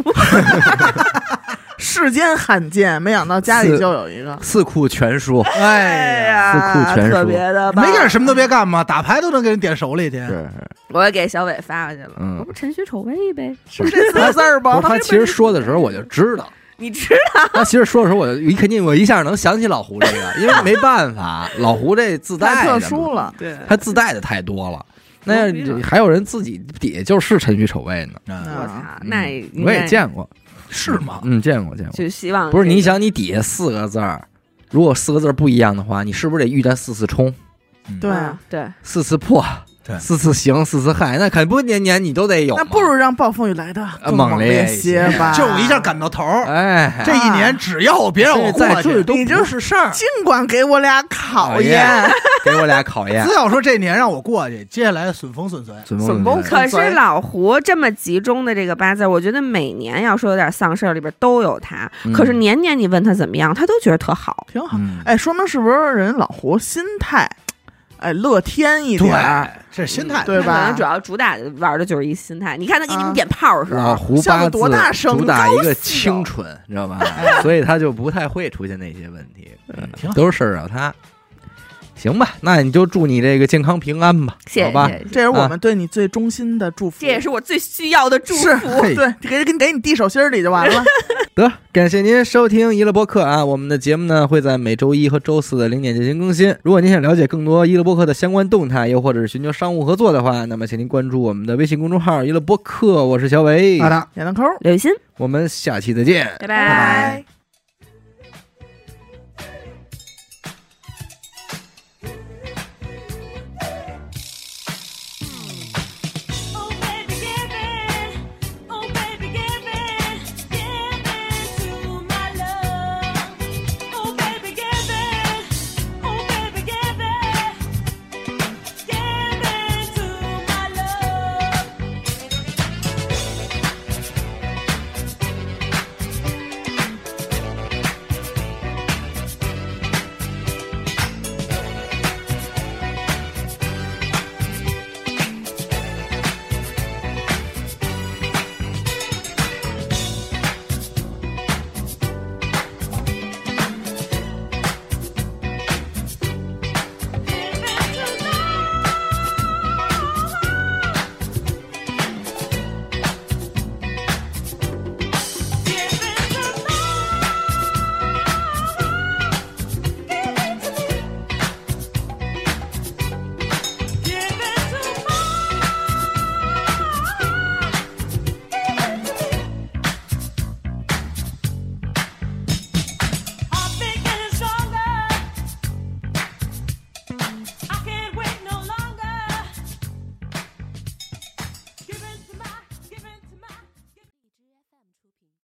世间罕见，没想到家里就有一个。 四库全书。 哎呀， 四库全书特别的棒， 没事儿什么都别干嘛，打牌都能给人点手里去。 是是， 我给小伟发过去了， 嗯我不辰戌丑未呗？ 是这四个字儿吧？ 不是他其实说的时候我就知道， 你知道？ 他其实说的时候我就一肯定我一下能想起老胡这个，因为没办法，老胡这自带太的特殊了， 对， 他自带的太多了。那牛逼了还有人自己底下就是辰戌丑未呢， 嗯我操啊， 那嗯我也见过， 是吗？ 嗯，见过见过。 就希望不是这个你想，你底下四个字儿，如果四个字儿不一样的话，你是不是得遇见四次冲、 对嗯对， 四次破、 对四次行、四次害？那肯不年年你都得有嘛。 那不如让暴风雨来的更猛烈烈一些些吧。 就我一下赶到头儿， 哎， 这一年只要我别让我过去， 再这都你不是事儿。 尽管给我俩考验， 给我俩考验只，要说这年让我过去，接下来顺风顺水。 准顺风可是老胡这么集中的这个八字，我觉得每年要说有点丧事儿里边都有他， 嗯可是年年你问他怎么样，他都觉得特好。 挺好。 嗯哎，说明是不是人老胡心态，哎，乐天一对点儿，， 这是心态。 对吧可能主要主打的玩的就是一心态。你看他给你们啊点炮的时候， 老胡像个八字多大声主打一个高兴清纯，知道吧？所以他就不太会出现那些问题，嗯挺好都是事儿找他。行吧，那你就祝你这个健康平安吧， 谢谢好吧？ 谢谢这是我们对你最衷心的祝福。 这也是我最需要的祝是福。 嘿对，给给给你递手心儿里就完了。 得，感谢您收听娱乐播客啊！我们的节目呢会在每周一和周四的零点进行更新。如果您想了解更多娱乐播客的相关动态，又或者是寻求商务合作的话，那么请您关注我们的微信公众号娱乐播客。我是小伟， 好的，闫德抠， 刘鑫， 我们下期再见， 拜拜拜。